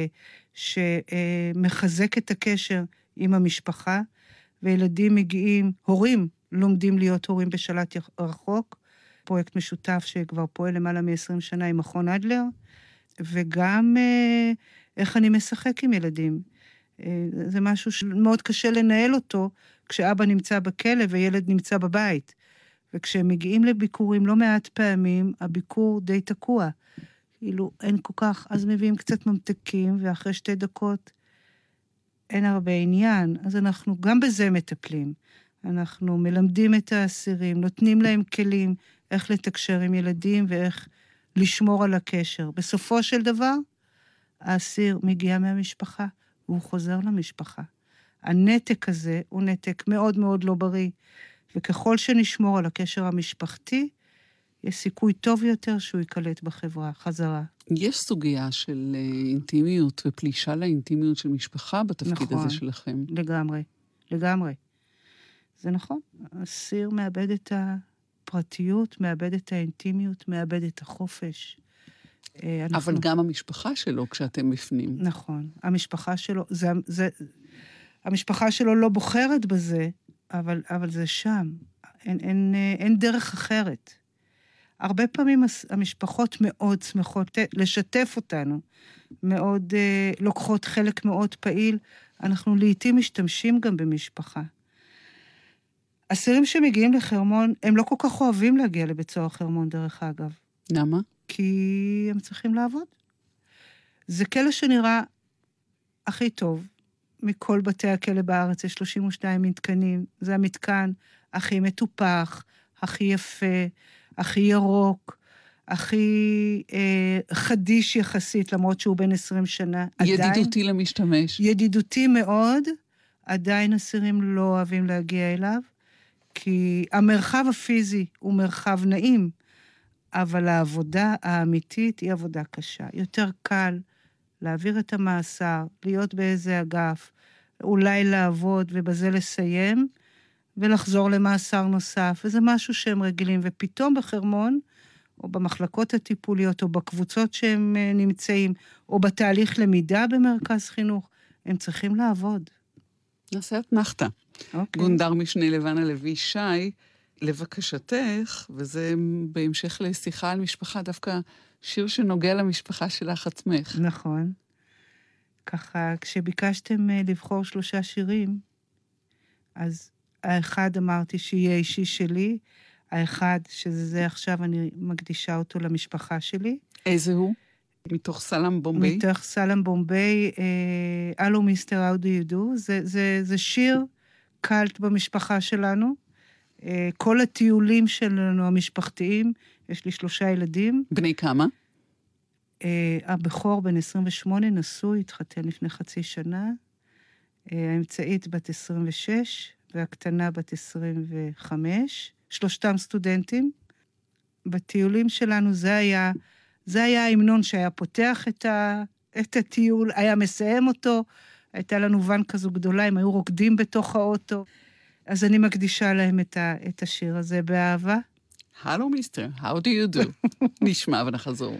שמחזק את הקשר עם המשפחה, וילדים מגיעים, הורים לומדים להיות הורים בשלט רחוק, פרויקט משותף שכבר פועל למעלה מ-עשרים שנה עם מכון אדלר, וגם אה, איך אני משחק עם ילדים. אה, זה משהו שמאוד קשה לנהל אותו, כשאבא נמצא בכלא וילד נמצא בבית. וכשהם מגיעים לביקורים לא מעט פעמים, הביקור די תקוע. כאילו אין כל כך, אז מביאים קצת ממתקים, ואחרי שתי דקות אין הרבה עניין. אז אנחנו גם בזה מטפלים. אנחנו מלמדים את האסירים, נותנים להם כלים, איך לתקשר עם ילדים ואיך לשמור על הקשר. בסופו של דבר, האסיר מגיע מהמשפחה, והוא חוזר למשפחה. הנתק הזה הוא נתק מאוד מאוד לא בריא, וככל שנשמור על הקשר המשפחתי, יש סיכוי טוב יותר שהוא יקלט בחברה, חזרה. יש סוגיה של אינטימיות ופלישה לאינטימיות של משפחה בתפקיד נכון, הזה שלכם. לגמרי, לגמרי. זה נכון, האסיר מאבד את הפרטיות, מאבד את האינטימיות, מאבד את החופש. אנחנו... אבל גם המשפחה שלו כשאתם בפנים. נכון, המשפחה שלו, זה, זה, המשפחה שלו לא בוחרת בזה, אבל, אבל זה שם. אין, אין, אין דרך אחרת. הרבה פעמים המשפחות מאוד שמחות לשתף אותנו, מאוד לוקחות חלק מאוד פעיל. אנחנו לעתים משתמשים גם במשפחה. אסירים שמגיעים לחרמון, הם לא כל כך אוהבים להגיע לבית סוהר חרמון, דרך אגב. למה? כי הם צריכים לעבוד. זה כלא שנראה הכי טוב, מכל בתי הכלא בארץ, יש שלושים ושניים מתקנים. זה המתקן הכי מטופח, הכי יפה, הכי ירוק, הכי אה, חדיש יחסית, למרות שהוא בן עשרים שנה. ידידותי עדיין, למשתמש. ידידותי מאוד, עדיין אסירים לא אוהבים להגיע אליו, כי המרחב הפיזי הוא מרחב נעים, אבל העבודה האמיתית היא עבודה קשה. יותר קל להעביר את המאסר, להיות באיזה אגף, אולי לעבוד ובזה לסיים, ולחזור למאסר נוסף. וזה משהו שהם רגילים, ופתאום בחרמון, או במחלקות הטיפוליות, או בקבוצות שהם נמצאים, או בתהליך למידה במרכז חינוך, הם צריכים לעבוד. נעשה אתנחתא. Okay. גונדר משנה לבנה לוי שי, לבקשתך, וזה בהמשך לשיחה על משפחה, דווקא שיר שנוגע למשפחה שלך עצמך. נכון. ככה, כשביקשתם לבחור שלושה שירים, אז האחד אמרתי שיהיה אישי שלי, האחד שזה עכשיו אני מקדישה אותו למשפחה שלי. איזה הוא? מתוך סלם בומביי? מתוך סלם בומביי, אלו מיסטר, how do you do? זה, זה, זה שיר קלט במשפחה שלנו. כל הטיולים שלנו המשפחתיים, יש לי שלושה ילדים. בני כמה? הבכור בן עשרים ושמונה, נשוי, התחתן לפני חצי שנה. האמצעית בת עשרים ושש, והקטנה בת עשרים וחמש. שלושתם סטודנטים. בטיולים שלנו זה היה, זה היה ההמנון שהיה פותח את, ה, את הטיול, היה מסיים אותו, הייתה לנו ון כזו גדולה, הם היו רוקדים בתוך האוטו. אז אני מקדישה להם את, ה, את השיר הזה באהבה. הלו מיסטר, how do you do? נשמע ונחזור.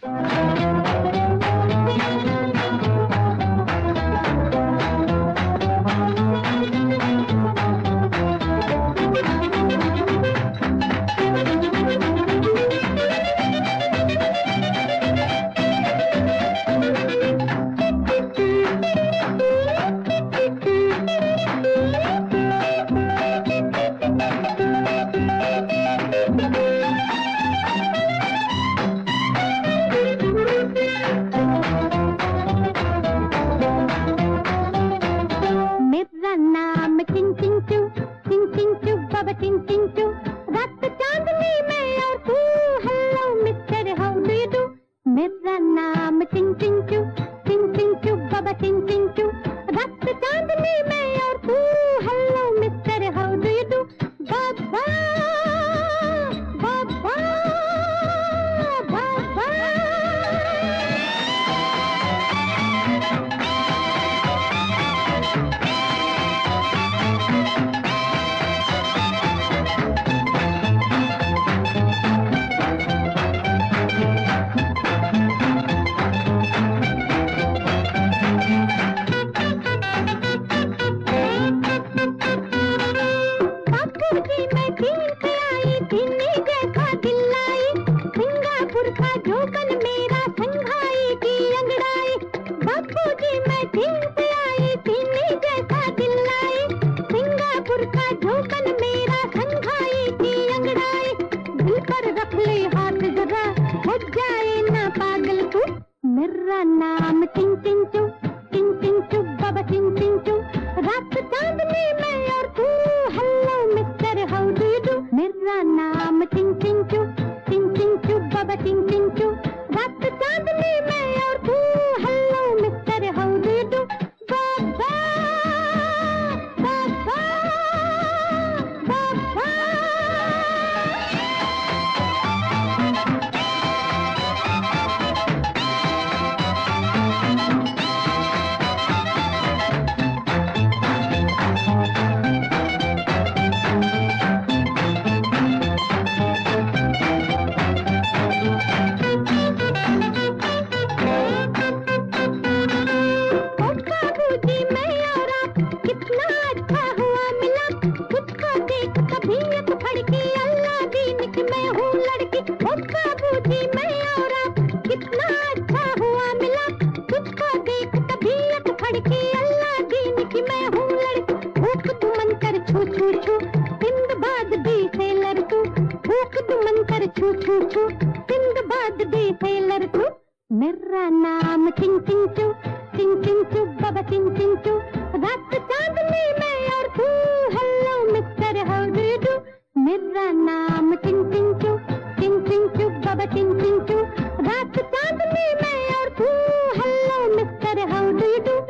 मेरा नाम चिंग चिंग चू चिंग चिंग चू बाबा चिंग चिंग चू रात चांदनी में और तू हेलो मिस्टर हाउ डू यू डू मेरा नाम चिंग चिंग चू चिंग चिंग चू बाबा चिंग चिंग चू रात चांदनी में और तू हेलो मिस्टर हाउ डू यू डू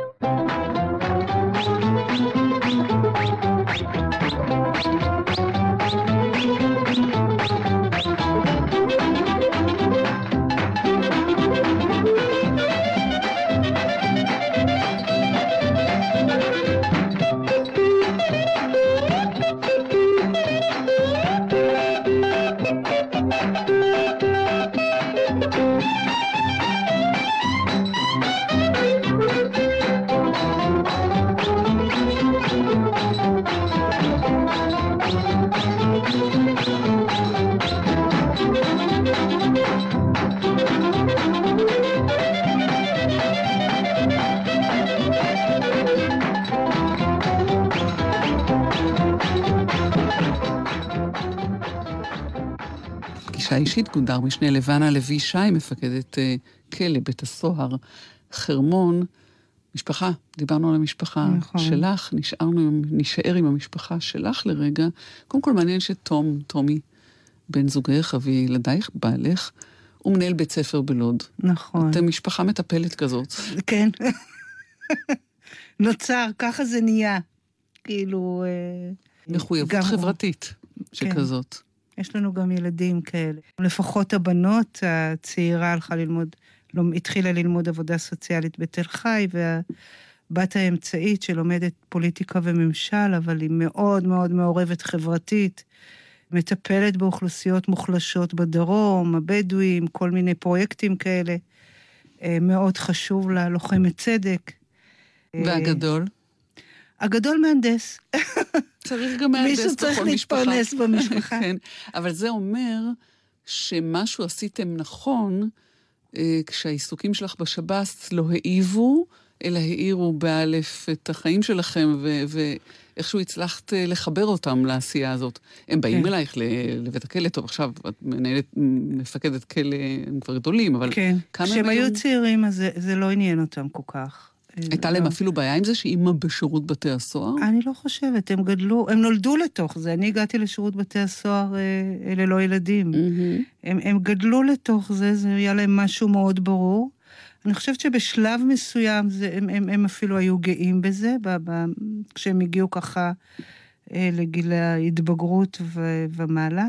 האישית גונדר משנה לבנה לוי שי, מפקדת uh, כלא, בית הסוהר, חרמון, משפחה, דיברנו על המשפחה נכון. שלך, נשארנו, נשאר עם המשפחה שלך לרגע. קודם כל מעניין שתום, תומי, בן זוגך, אבי ילדייך, בעלך, הוא מנהל בית ספר בלוד. נכון. אתם משפחה מטפלת כזאת. כן. נוצר, ככה זה נהיה. כאילו... מחויבות חברתית שכזאת. כן. יש לנו גם ילדים כאלה. לפחות הבנות, הצעירה הלכה ללמוד, לא, התחילה ללמוד עבודה סוציאלית בתל חי, והבת האמצעית שלומדת פוליטיקה וממשל, אבל היא מאוד מאוד מעורבת חברתית, מטפלת באוכלוסיות מוחלשות בדרום, הבדואים, כל מיני פרויקטים כאלה. מאוד חשוב לה, לוחמת צדק. והגדול? הגדול מהנדס. צריך גם מהנדס בכל משפחה. מישהו צריך להתפרנס במשפחה. כן, אבל זה אומר שמשהו עשיתם נכון, כשהעיסוקים שלך בשב"ס לא העיבו, אלא העירו באלף את החיים שלכם, ואיכשהו הצלחת לחבר אותם לעשייה הזאת. הם באים אלייך לבית הכלא, טוב, עכשיו את מנהלת, מפקדת כלא, הם כבר גדולים, אבל... כן, כשהם היו צעירים, אז זה לא עניין אותם כל כך. הייתה להם אפילו בעיה עם זה שאימא בשירות בתי הסוהר? אני לא חושבת, הם גדלו, הם נולדו לתוך זה. אני הגעתי לשירות בתי הסוהר ללא ילדים. הם, הם גדלו לתוך זה, זה היה להם משהו מאוד ברור. אני חושבת שבשלב מסוים זה, הם, הם, הם אפילו היו גאים בזה, ב, ב, כשהם הגיעו ככה לגיל ההתבגרות ו, ומעלה.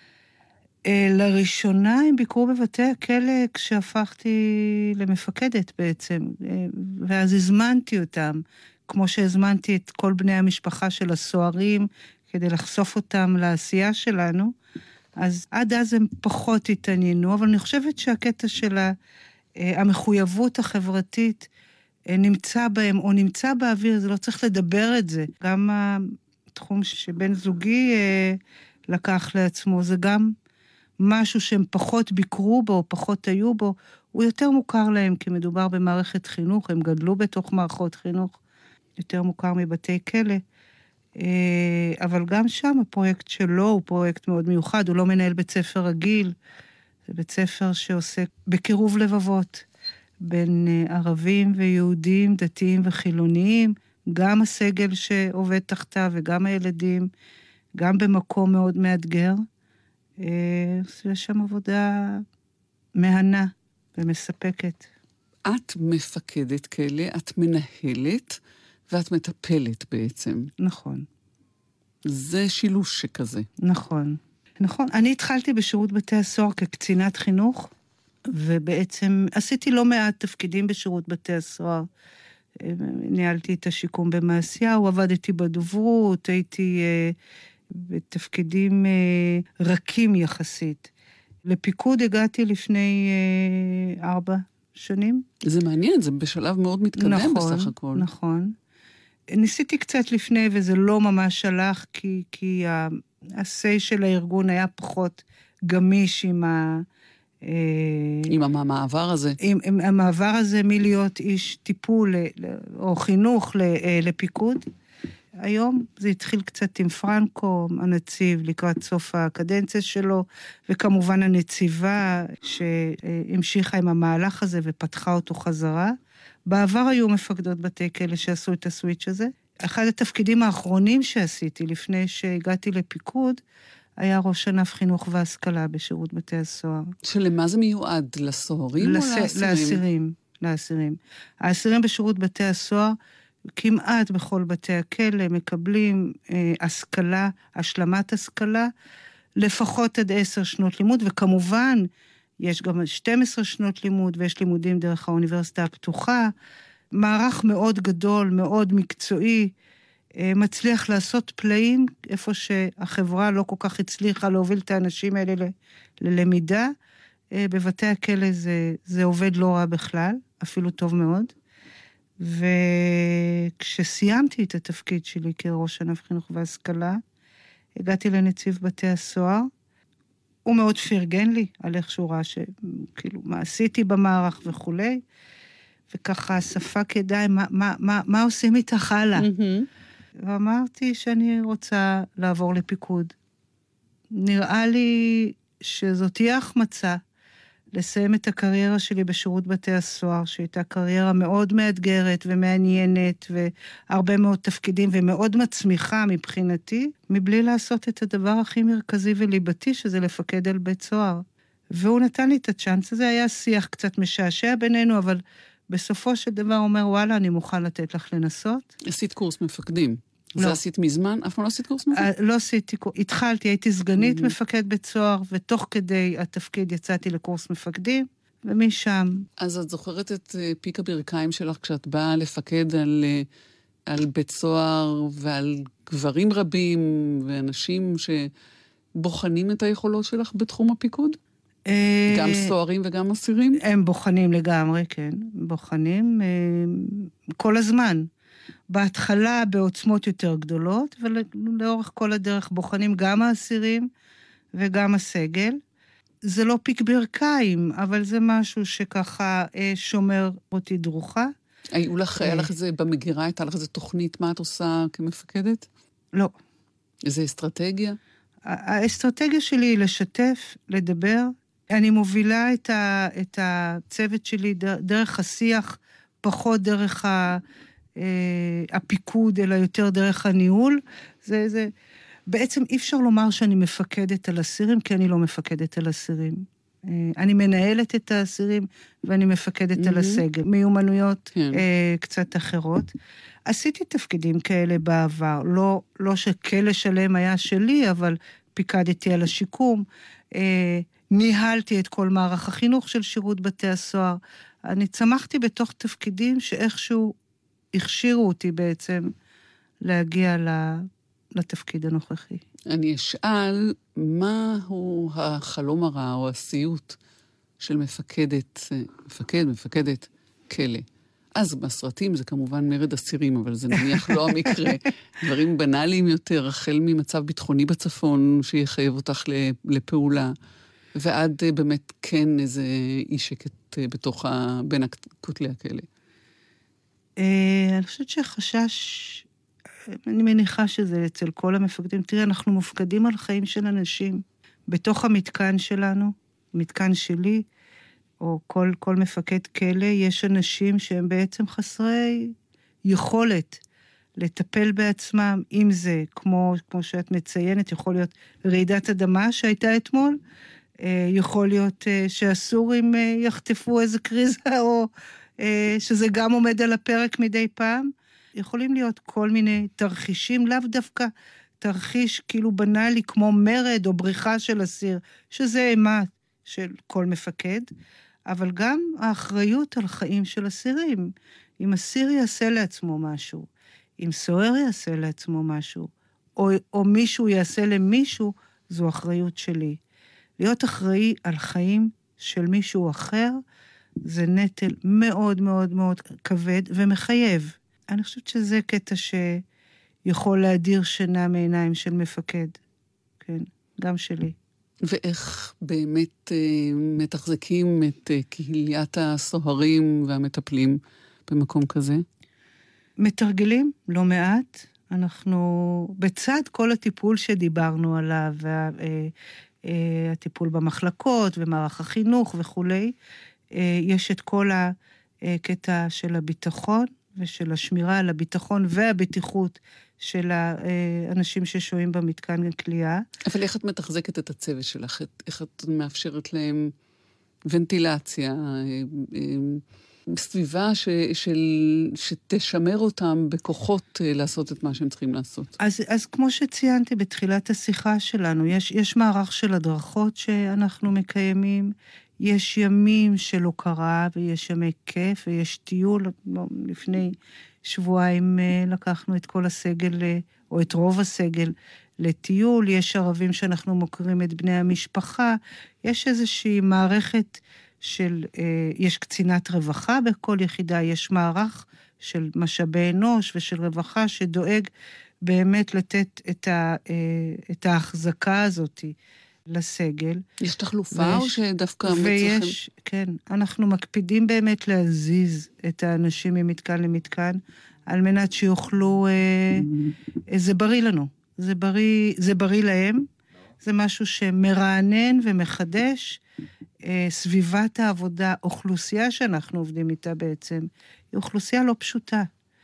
לראשונה הם ביקרו בבתי הכלא כשהפכתי למפקדת בעצם, ואז הזמנתי אותם, כמו שהזמנתי את כל בני המשפחה של הסוהרים, כדי לחשוף אותם לעשייה שלנו, אז עד אז הם פחות התעניינו, אבל אני חושבת שהקטע של המחויבות החברתית נמצא בהם, או נמצא באוויר, זה לא צריך לדבר את זה. גם התחום שבן זוגי לקח לעצמו, זה גם... משהו שהם פחות ביקרו בו, פחות היו בו, הוא יותר מוכר להם, כי מדובר במערכת חינוך, הם גדלו בתוך מערכות חינוך, יותר מוכר מבתי כלא, אבל גם שם הפרויקט שלו הוא פרויקט מאוד מיוחד, הוא לא מנהל בית ספר רגיל, זה בית ספר שעוסק בקירוב לבבות, בין ערבים ויהודים, דתיים וחילוניים, גם הסגל שעובד תחתיו וגם הילדים, גם במקום מאוד מאתגר, יש שם עבודה מהנה ומספקת. את מפקדת כלא, את מנהלת ואת מטפלת בעצם. נכון. זה שילוש שכזה. נכון. נכון. אני התחלתי בשירות בתי הסוהר כקצינת חינוך, ובעצם עשיתי לא מעט תפקידים בשירות בתי הסוהר. ניהלתי את השיקום במעשיהו, עבדתי בדוברות, הייתי... בתפקידים אה, רכים יחסית. לפיקוד הגעתי לפני אה, ארבע שנים. זה מעניין, זה בשלב מאוד מתקדם נכון, בסך הכל. נכון. ניסיתי קצת לפני וזה לא ממש הלך, כי, כי הסי של הארגון היה פחות גמיש עם ה... עם המעבר הזה. עם, עם המעבר הזה מלהיות איש טיפול או חינוך לפיקוד. היום זה התחיל קצת עם פרנקו, הנציב, לקראת סוף הקדנציה שלו, וכמובן הנציבה שהמשיכה עם המהלך הזה ופתחה אותו חזרה. בעבר היו מפקדות בתי כלא שעשו את הסוויץ' הזה. אחד התפקידים האחרונים שעשיתי לפני שהגעתי לפיקוד, היה ראש ענף חינוך והשכלה בשירות בתי הסוהר. שלמה זה מיועד? לסוהרים לס... או לאסירים? לאסירים, לאסירים. האסירים בשירות בתי הסוהר, כמעט בכל בתי הכלא מקבלים אה, השכלה, השלמת השכלה, לפחות עד עשר שנות לימוד, וכמובן יש גם שתים עשרה שנות לימוד, ויש לימודים דרך האוניברסיטה הפתוחה, מערך מאוד גדול, מאוד מקצועי, אה, מצליח לעשות פלאים, איפה שהחברה לא כל כך הצליחה להוביל את האנשים האלה ל- ללמידה, אה, בבתי הכלא זה, זה עובד לא רע בכלל, אפילו טוב מאוד. וכשסיימתי את התפקיד שלי כראש ענף חינוך והשכלה, הגעתי לנציב בתי הסוהר, הוא מאוד פרגן לי על איך שהוא ראה שכאילו מה עשיתי במערך וכו', וככה ספק ידיים, מה, מה, מה, מה עושים איתך הלאה? Mm-hmm. ואמרתי שאני רוצה לעבור לפיקוד. נראה לי שזאת תהיה החמצה, לסיים את הקריירה שלי בשירות בתי הסוהר, שהייתה קריירה מאוד מאתגרת ומעניינת, והרבה מאוד תפקידים, ומאוד מצמיחה מבחינתי, מבלי לעשות את הדבר הכי מרכזי וליבתי, שזה לפקד על בית סוהר. והוא נתן לי את הצ'אנס הזה, היה שיח קצת משעשע בינינו, אבל בסופו של דבר אומר, וואלה, אני מוכן לתת לך לנסות. עשית קורס מפקדים. לא. זה עשית מזמן? אף פעם לא עשית קורס מפקדים? לא עשיתי, התחלתי, הייתי סגנית מפקד בית סוהר, ותוך כדי התפקיד יצאתי לקורס מפקדים, ומשם... אז את זוכרת את פיק הברכיים שלך כשאת באה לפקד על, על בית סוהר ועל גברים רבים ואנשים שבוחנים את היכולות שלך בתחום הפיקוד? גם סוהרים וגם אסירים? הם בוחנים לגמרי, כן. בוחנים כל הזמן. בהתחלה בעוצמות יותר גדולות, ולאורך כל הדרך בוחנים גם האסירים וגם הסגל. זה לא פיק ברכיים, אבל זה משהו שככה שומר אותי דרוכה. היו לך, היה לך איזה, במגירה הייתה לך איזה תוכנית, מה את עושה כמפקדת? לא. איזה אסטרטגיה? האסטרטגיה שלי היא לשתף, לדבר. אני מובילה את, ה, את הצוות שלי דרך השיח, פחות דרך ה... הפיקוד, אלא יותר דרך הניהול. זה, זה, בעצם אי אפשר לומר שאני מפקדת על אסירים, כי אני לא מפקדת על אסירים. אני מנהלת את האסירים, ואני מפקדת mm-hmm. על הסגל. מיומנויות כן. קצת אחרות. עשיתי תפקידים כאלה בעבר, לא, לא שכלא שלם היה שלי, אבל פיקדתי על השיקום, ניהלתי את כל מערך החינוך של שירות בתי הסוהר. אני צמחתי בתוך תפקידים שאיכשהו הכשירו אותי בעצם להגיע לתפקיד הנוכחי. אני אשאל, מהו החלום הרע או הסיוט של מפקדת, מפקד, מפקדת כלא? אז בסרטים זה כמובן מרד אסירים, אבל זה נניח לא המקרה. דברים בנאליים יותר, החל ממצב ביטחוני בצפון שיחייב אותך לפעולה, ועד באמת כן איזה אי שקט בתוך ה... בין כותלי הכלא. אני חושבת שהחשש, אני מניחה שזה אצל כל המפקדים. תראה, אנחנו מופקדים על חיים של אנשים. בתוך המתקן שלנו, מתקן שלי, או כל, כל מפקד כלא, יש אנשים שהם בעצם חסרי יכולת לטפל בעצמם, אם זה, כמו, כמו שאת מציינת, יכול להיות רעידת אדמה שהייתה אתמול, יכול להיות שהסורים יחטפו איזה קריזה, או שזה גם עומד על הפרק מדי פעם. יכולים להיות כל מיני תרחישים, לאו דווקא תרחיש כאילו בנאלי, כמו מרד או בריחה של אסיר, שזה אימה של כל מפקד, אבל גם האחריות על חיים של אסירים. אם אסיר יעשה לעצמו משהו, אם סוהר יעשה לעצמו משהו, או, או מישהו יעשה למישהו, זו אחריות שלי. להיות אחראי על חיים של מישהו אחר, זה נטל מאוד מאוד מאוד כבד ומחייב. אני חושבת שזה קטע שיכול להדיר שינה מעיניים של מפקד. כן, גם שלי. ואיך באמת אה, מתחזקים את אה, קהיליית הסוהרים והמטפלים במקום כזה? מתרגלים, לא מעט. אנחנו, בצד כל הטיפול שדיברנו עליו, וה, אה, אה, הטיפול במחלקות ומערך החינוך וכולי, אה, יש את כל הקטע של הביטחון ושל השמירה על הביטחון והבטיחות של האנשים ששוהים במתקן הכליאה. אבל איך את מתחזקת את הצוות שלך? איך את מאפשרת להם ונטילציה, סביבה ש, של, שתשמר אותם בכוחות לעשות את מה שהם צריכים לעשות? אז, אז כמו שציינתי בתחילת השיחה שלנו, יש, יש מערך של הדרכות שאנחנו מקיימים, יש ימים של הוקרה ויש ימי כיף ויש טיול. לפני שבועיים לקחנו את כל הסגל, או את רוב הסגל, לטיול. יש ערבים שאנחנו מוכרים את בני המשפחה. יש איזושהי מערכת של, יש קצינת רווחה בכל יחידה, יש מערך של משאבי אנוש ושל רווחה שדואג באמת לתת את, ה, את ההחזקה הזאת לסגל. יש תחלופה ויש, או שדווקא מצליחים? ויש, כן, אנחנו מקפידים באמת להזיז את האנשים ממתקן למתקן, על מנת שיוכלו, אה, זה בריא לנו, זה בריא, זה בריא להם, זה משהו שמרענן ומחדש, אה, סביבת העבודה, אוכלוסייה שאנחנו עובדים איתה בעצם, היא אוכלוסייה לא פשוטה,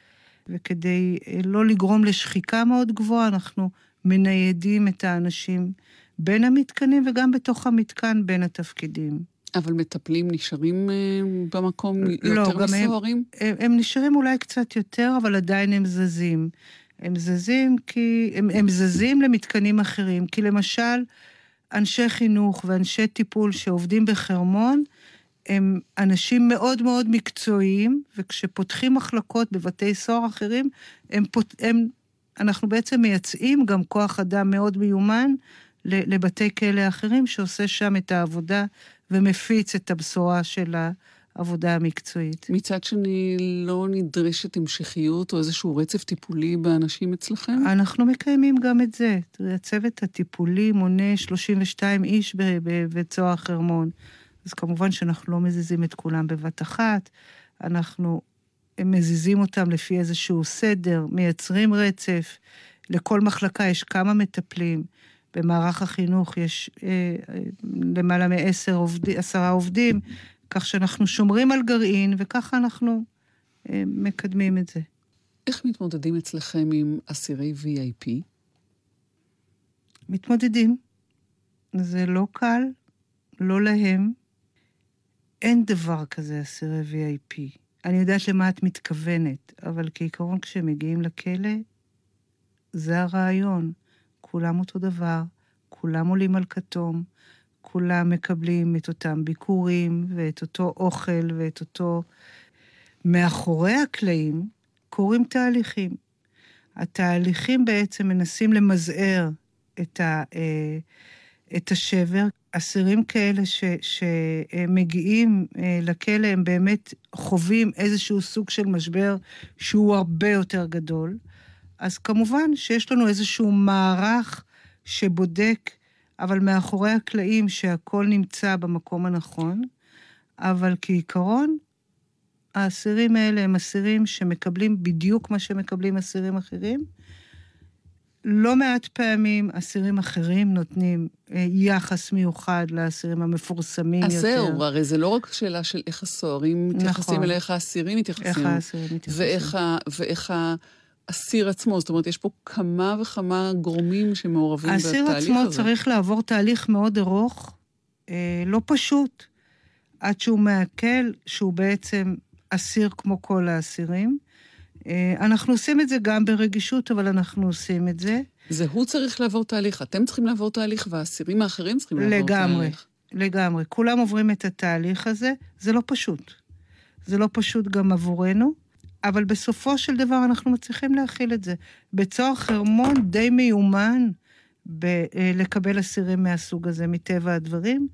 וכדי אה, לא לגרום לשחיקה מאוד גבוהה, אנחנו מניידים את האנשים בין המתקנים וגם בתוך המתקן בין התפקידים. אבל מטפלים נשארים במקום יותר מסוהרים? הם, הם נשארים אולי קצת יותר, אבל עדיין הם זזים. הם זזים כי, הם, הם זזים למתקנים אחרים, כי למשל, אנשי חינוך ואנשי טיפול שעובדים בחרמון, הם אנשים מאוד מאוד מקצועיים, וכשפותחים מחלקות בבתי סוהר אחרים, הם, הם, אנחנו בעצם מייצאים גם כוח אדם מאוד מיומן, לבתי כאלה אחרים שעושה שם את העבודה ומפיץ את הבשורה של העבודה המקצועית. מצד שני לא נדרשת המשכיות או איזשהו רצף טיפולי באנשים אצלכם? אנחנו מקיימים גם את זה. הצוות הטיפולי מונה שלושים ושתיים איש בבית סוהר חרמון. אז כמובן שאנחנו לא מזיזים את כולם בבת אחת, אנחנו מזיזים אותם לפי איזשהו סדר, מייצרים רצף, לכל מחלקה יש כמה מטפלים, במערך החינוך יש אה, למעלה מעשר עובדים, עשרה עובדים, כך שאנחנו שומרים על גרעין, וככה אנחנו אה, מקדמים את זה. איך מתמודדים אצלכם עם אסירי וי איי פי? מתמודדים. זה לא קל, לא להם. אין דבר כזה אסירי וי איי פי. אני יודעת למה את מתכוונת, אבל כעיקרון כשהם מגיעים לכלא, זה הרעיון. כולם אותו דבר, כולם עולים על כתום, כולם מקבלים את אותם ביקורים, ואת אותו אוכל, ואת אותו... מאחורי הקלעים קורים תהליכים. התהליכים בעצם מנסים למזער את, ה, את השבר. אסירים כאלה ש, שמגיעים לכלא, הם באמת חווים איזשהו סוג של משבר שהוא הרבה יותר גדול. אז כמובן שיש לנו איזשהו מערך שבודק, אבל מאחורי הקלעים שהכל נמצא במקום הנכון, אבל כעיקרון, האסירים האלה הם אסירים שמקבלים בדיוק מה שמקבלים אסירים אחרים. לא מעט פעמים אסירים אחרים נותנים יחס מיוחד לאסירים המפורסמים יותר. אז זהו, הרי זה לא רק שאלה של איך הסוהרים מתייחסים, נכון. אלא איך האסירים מתייחסים. איך האסירים מתייחסים. ואיך, ואיך האסיר עצמו, זאת אומרת, יש פה כמה וכמה גורמים שמעורבים בתהליך הזה. האסיר עצמו צריך לעבור תהליך מאוד ארוך, אה, לא פשוט, עד שהוא מעכל, שהוא בעצם אסיר כמו כל האסירים. אנחנו עושים את זה גם ברגישות, אבל אנחנו עושים את זה. זה הוא צריך לעבור תהליך, אתם צריכים לעבור תהליך, והאסירים האחרים צריכים לעבור לגמרי, תהליך. לגמרי. כולם עוברים את התהליך הזה, זה לא פשוט. זה לא פשוט גם עבורנו, אבל בסופו של דבר אנחנו מצליחים להכיל את זה. בצוהר חרמון די מיומן ב- לקבל אסירים מהסוג הזה, מטבע הדברים,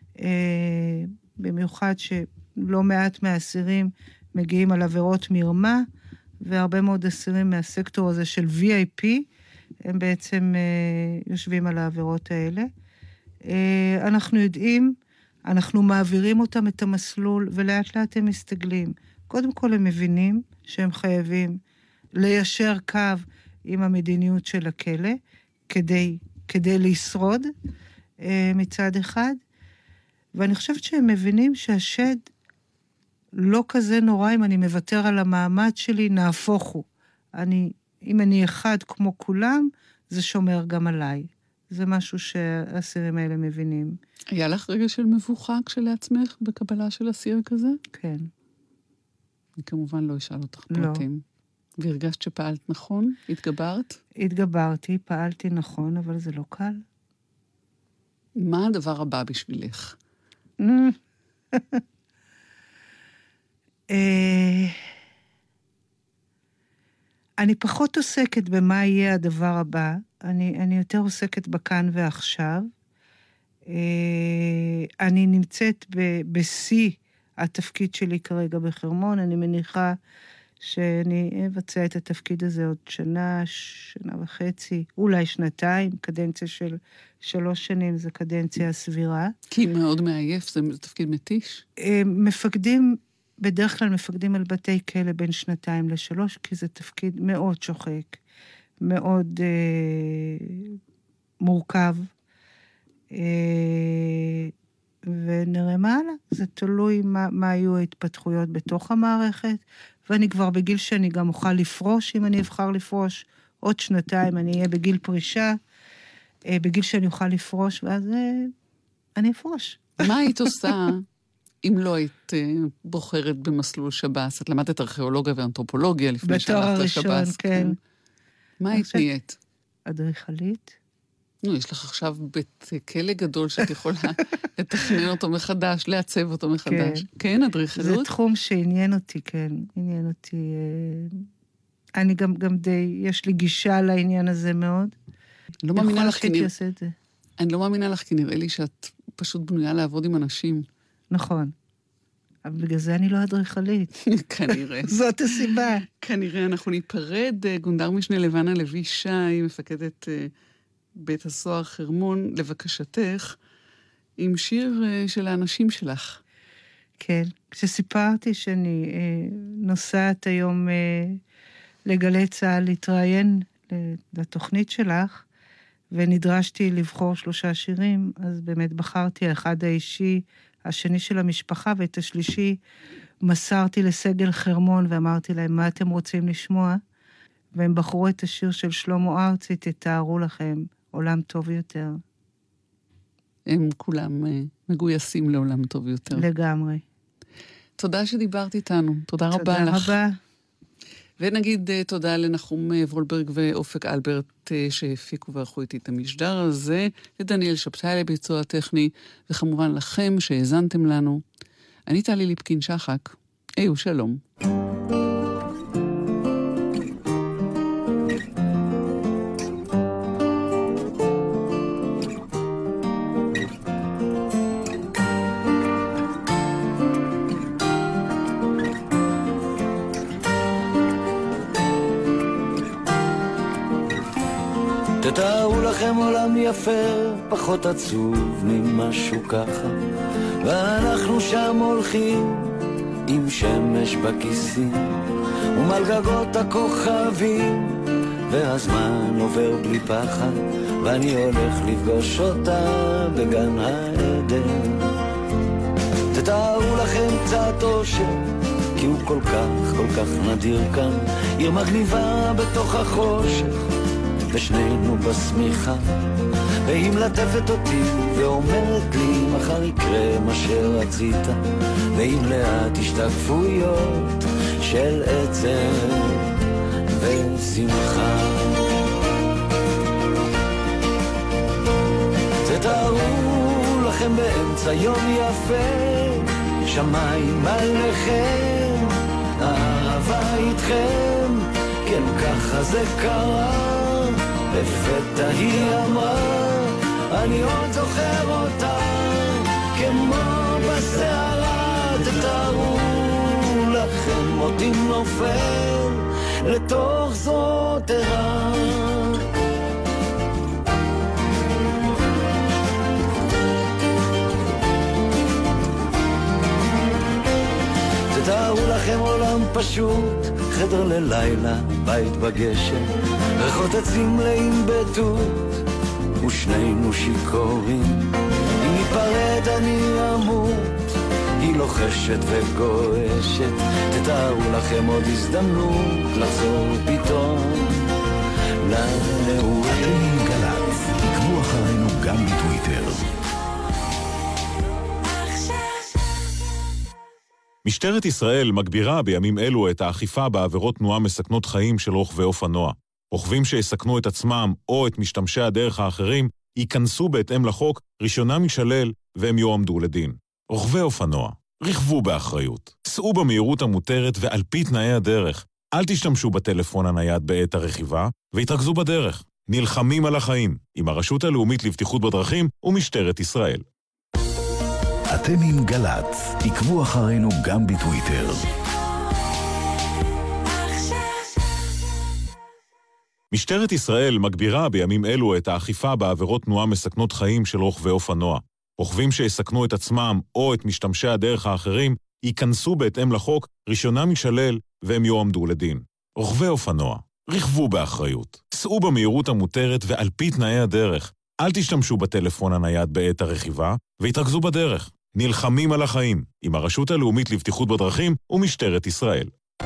במיוחד שלא מעט מהאסירים מגיעים על עבירות מרמה, והרבה מאוד אסירים מהסקטור הזה של וי איי פי, הם בעצם אה, יושבים על העבירות האלה. אה, אנחנו יודעים, אנחנו מעבירים אותם את המסלול, ולאט לאט הם מסתגלים. קודם כל הם מבינים שהם חייבים ליישר קו עם המדיניות של הכלא, כדי, כדי לשרוד מצד אחד, ואני חושבת שהם מבינים שהשד לא כזה נורא אם אני מוותר על המעמד שלי, נהפוך הוא. אני, אם אני אחד כמו כולם, זה שומר גם עליי. זה משהו שהאסירים האלה מבינים. היה לך רגע של מבוכה כשלעצמך בקבלה של אסיר כזה? כן. אני כמובן לא אשאל אותך לא. פרטים. והרגשת שפעלת נכון? התגברת? התגברתי, פעלתי נכון, אבל זה לא קל. מה הדבר הבא בשבילך? אני פחות עוסקת במה יהיה הדבר הבא, אני, אני יותר עוסקת בכאן ועכשיו. אני נמצאת בשיא התפקיד שלי כרגע בחרמון, אני מניחה שאני אבצע את התפקיד הזה עוד שנה, שנה וחצי, אולי שנתיים, קדנציה של שלוש שנים, זה קדנציה הסבירה. כי מאוד מעייף, זה תפקיד מתיש? מפקדים, בדרך כלל מפקדים על בתי כלא בין שנתיים לשלוש, כי זה תפקיד מאוד שוחק, מאוד אה, מורכב, אה, ונראה מה הלאה. זה תלוי מה, מה היו ההתפתחויות בתוך המערכת, ואני כבר בגיל שאני גם אוכל לפרוש, אם אני אבחר לפרוש עוד שנתיים, אני אהיה בגיל פרישה, אה, בגיל שאני אוכל לפרוש, ואז אה, אני אפרוש. מה היית עושה אם לא היית אה, בוחרת במסלול שב"ס? את למדת ארכיאולוגיה ואנתרופולוגיה לפני שהלכת לשב"ס. בתואר הראשון, כן. מה היית נהיית? אדריכלית. נו, יש לך עכשיו בית כלא גדול שאת יכולה לתכנן אותו מחדש, לעצב אותו מחדש. כן, אדריכלות? זה תחום שעניין אותי, כן. עניין אותי. אני גם, גם די, יש לי גישה לעניין הזה מאוד. לא מאמינה לך, כי נראה... את זה. אני לא מאמינה לך, כי נראה לי שאת פשוט בנויה לעבוד עם אנשים. נכון. אבל בגלל זה אני לא אדריכלית. כנראה. זאת הסיבה. כנראה אנחנו ניפרד. גונדר משנה לבנה לוי שי, מפקדת בית הסוהר חרמון, לבקשתך, עם שיר של האנשים שלך. כן. כשסיפרתי שאני אה, נוסעת היום אה, לגלי צהל להתראיין לתוכנית שלך, ונדרשתי לבחור שלושה שירים, אז באמת בחרתי האחד האישי, השני של המשפחה, ואת השלישי מסרתי לסגל חרמון, ואמרתי להם, מה אתם רוצים לשמוע? והם בחרו את השיר של שלמה ארצי, תתארו לכם, עולם טוב יותר. הם כולם מגויסים לעולם טוב יותר. לגמרי. תודה שדיברת איתנו. תודה רבה לך. תודה רבה. ונגיד תודה לנחום וולברג ואופק אלברט שהפיקו וערכו איתי את המשדר הזה, לדניאל שבתאי לביצוע הטכני, וכמובן לכם שהאזנתם לנו. אני טלי ליפקין שחק. היו שלום. תתארו לכם עולם יפה, פחות עצוב ממשהו ככה, ואנחנו שם הולכים עם שמש בכיסים ומעל גגות הכוכבים, והזמן עובר בלי פחד, ואני הולך לפגוש אותה בגן העדן. תתארו לכם קצת אושר, כי הוא כל כך כל כך נדיר כאן, עיר מגניבה בתוך החושך, ושנינו בסמיכה, והיא מלטפת אותי ואומרת לי מחר יקרה מה שרצית, ועם לאט השתקפויות של עצב ושמחה. תתארו לכם באמצע יום יפה, שמיים עליכם, אהבה איתכם, כן ככה זה קרה, לפתע היא אמרה, אני עוד זוכר אותה, כמו בסערה. תתארו לכם אותי נופל לתוך זאת ערה. תתארו לכם עולם פשוט, חדר ללילה, בית בגשם, ריחות עצים מלאים בתות, ושנינו שיכורים. אם ניפרד אני אמות, היא לוחשת וגועשת, תתארו לכם עוד הזדמנות לחזור פתאום לנעורים. אתם עם גל"צ, עקבו אחרינו גם בטוויטר. משטרת ישראל מגבירה בימים אלו את האכיפה בעבירות תנועה מסכנות חיים של רוכבי אופנוע. רוכבים שיסכנו את עצמם או את משתמשי הדרך האחרים ייכנסו בהתאם לחוק, רישיונם יישלל והם יועמדו לדין. רוכבי אופנוע, רכבו באחריות, סעו במהירות המותרת ועל פי תנאי הדרך. אל תשתמשו בטלפון הנייד בעת הרכיבה והתרכזו בדרך. נלחמים על החיים עם הרשות הלאומית לבטיחות בדרכים ומשטרת ישראל. אתם עם גל"צ, עקבו אחרינו גם בטוויטר. משטרת ישראל מגבירה בימים אלו את האכיפה בעבירות תנועה מסכנות חיים של רוכבי אופנוע. רוכבים שיסכנו את עצמם או את משתמשי הדרך האחרים ייכנסו בהתאם לחוק, רישיונם יישלל והם יועמדו לדין. רוכבי אופנוע, רכבו באחריות, סעו במהירות המותרת ועל פי תנאי הדרך. אל תשתמשו בטלפון הנייד בעת הרכיבה והתרכזו בדרך. נלחמים על החיים עם הרשות הלאומית לבטיחות בדרכים ומשטרת ישראל.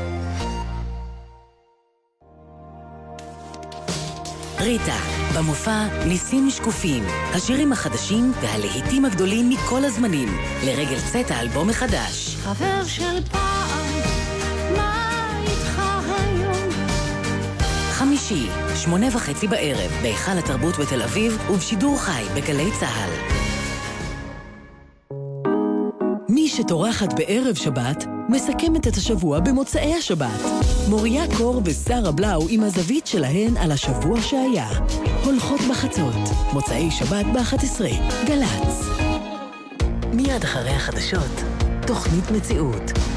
ריטה, במופע ניסים שקופים, השירים החדשים והלהיטים הגדולים מכל הזמנים, לרגל צאת האלבום החדש. חבר של פעם, מה איתך היום? חמישי, שמונה וחצי בערב, בהיכל התרבות בתל אביב ובשידור חי בגלי צהל. מי שטורחת בערב שבת, מסכמת את השבוע במוצאי השבת. מוריה קור ושרה בלאו עם הזווית שלהן על השבוע שהיה. הולכות בחצות, מוצאי שבת ב-אחת עשרה, גל"צ. מיד אחרי החדשות, תוכנית מציאות.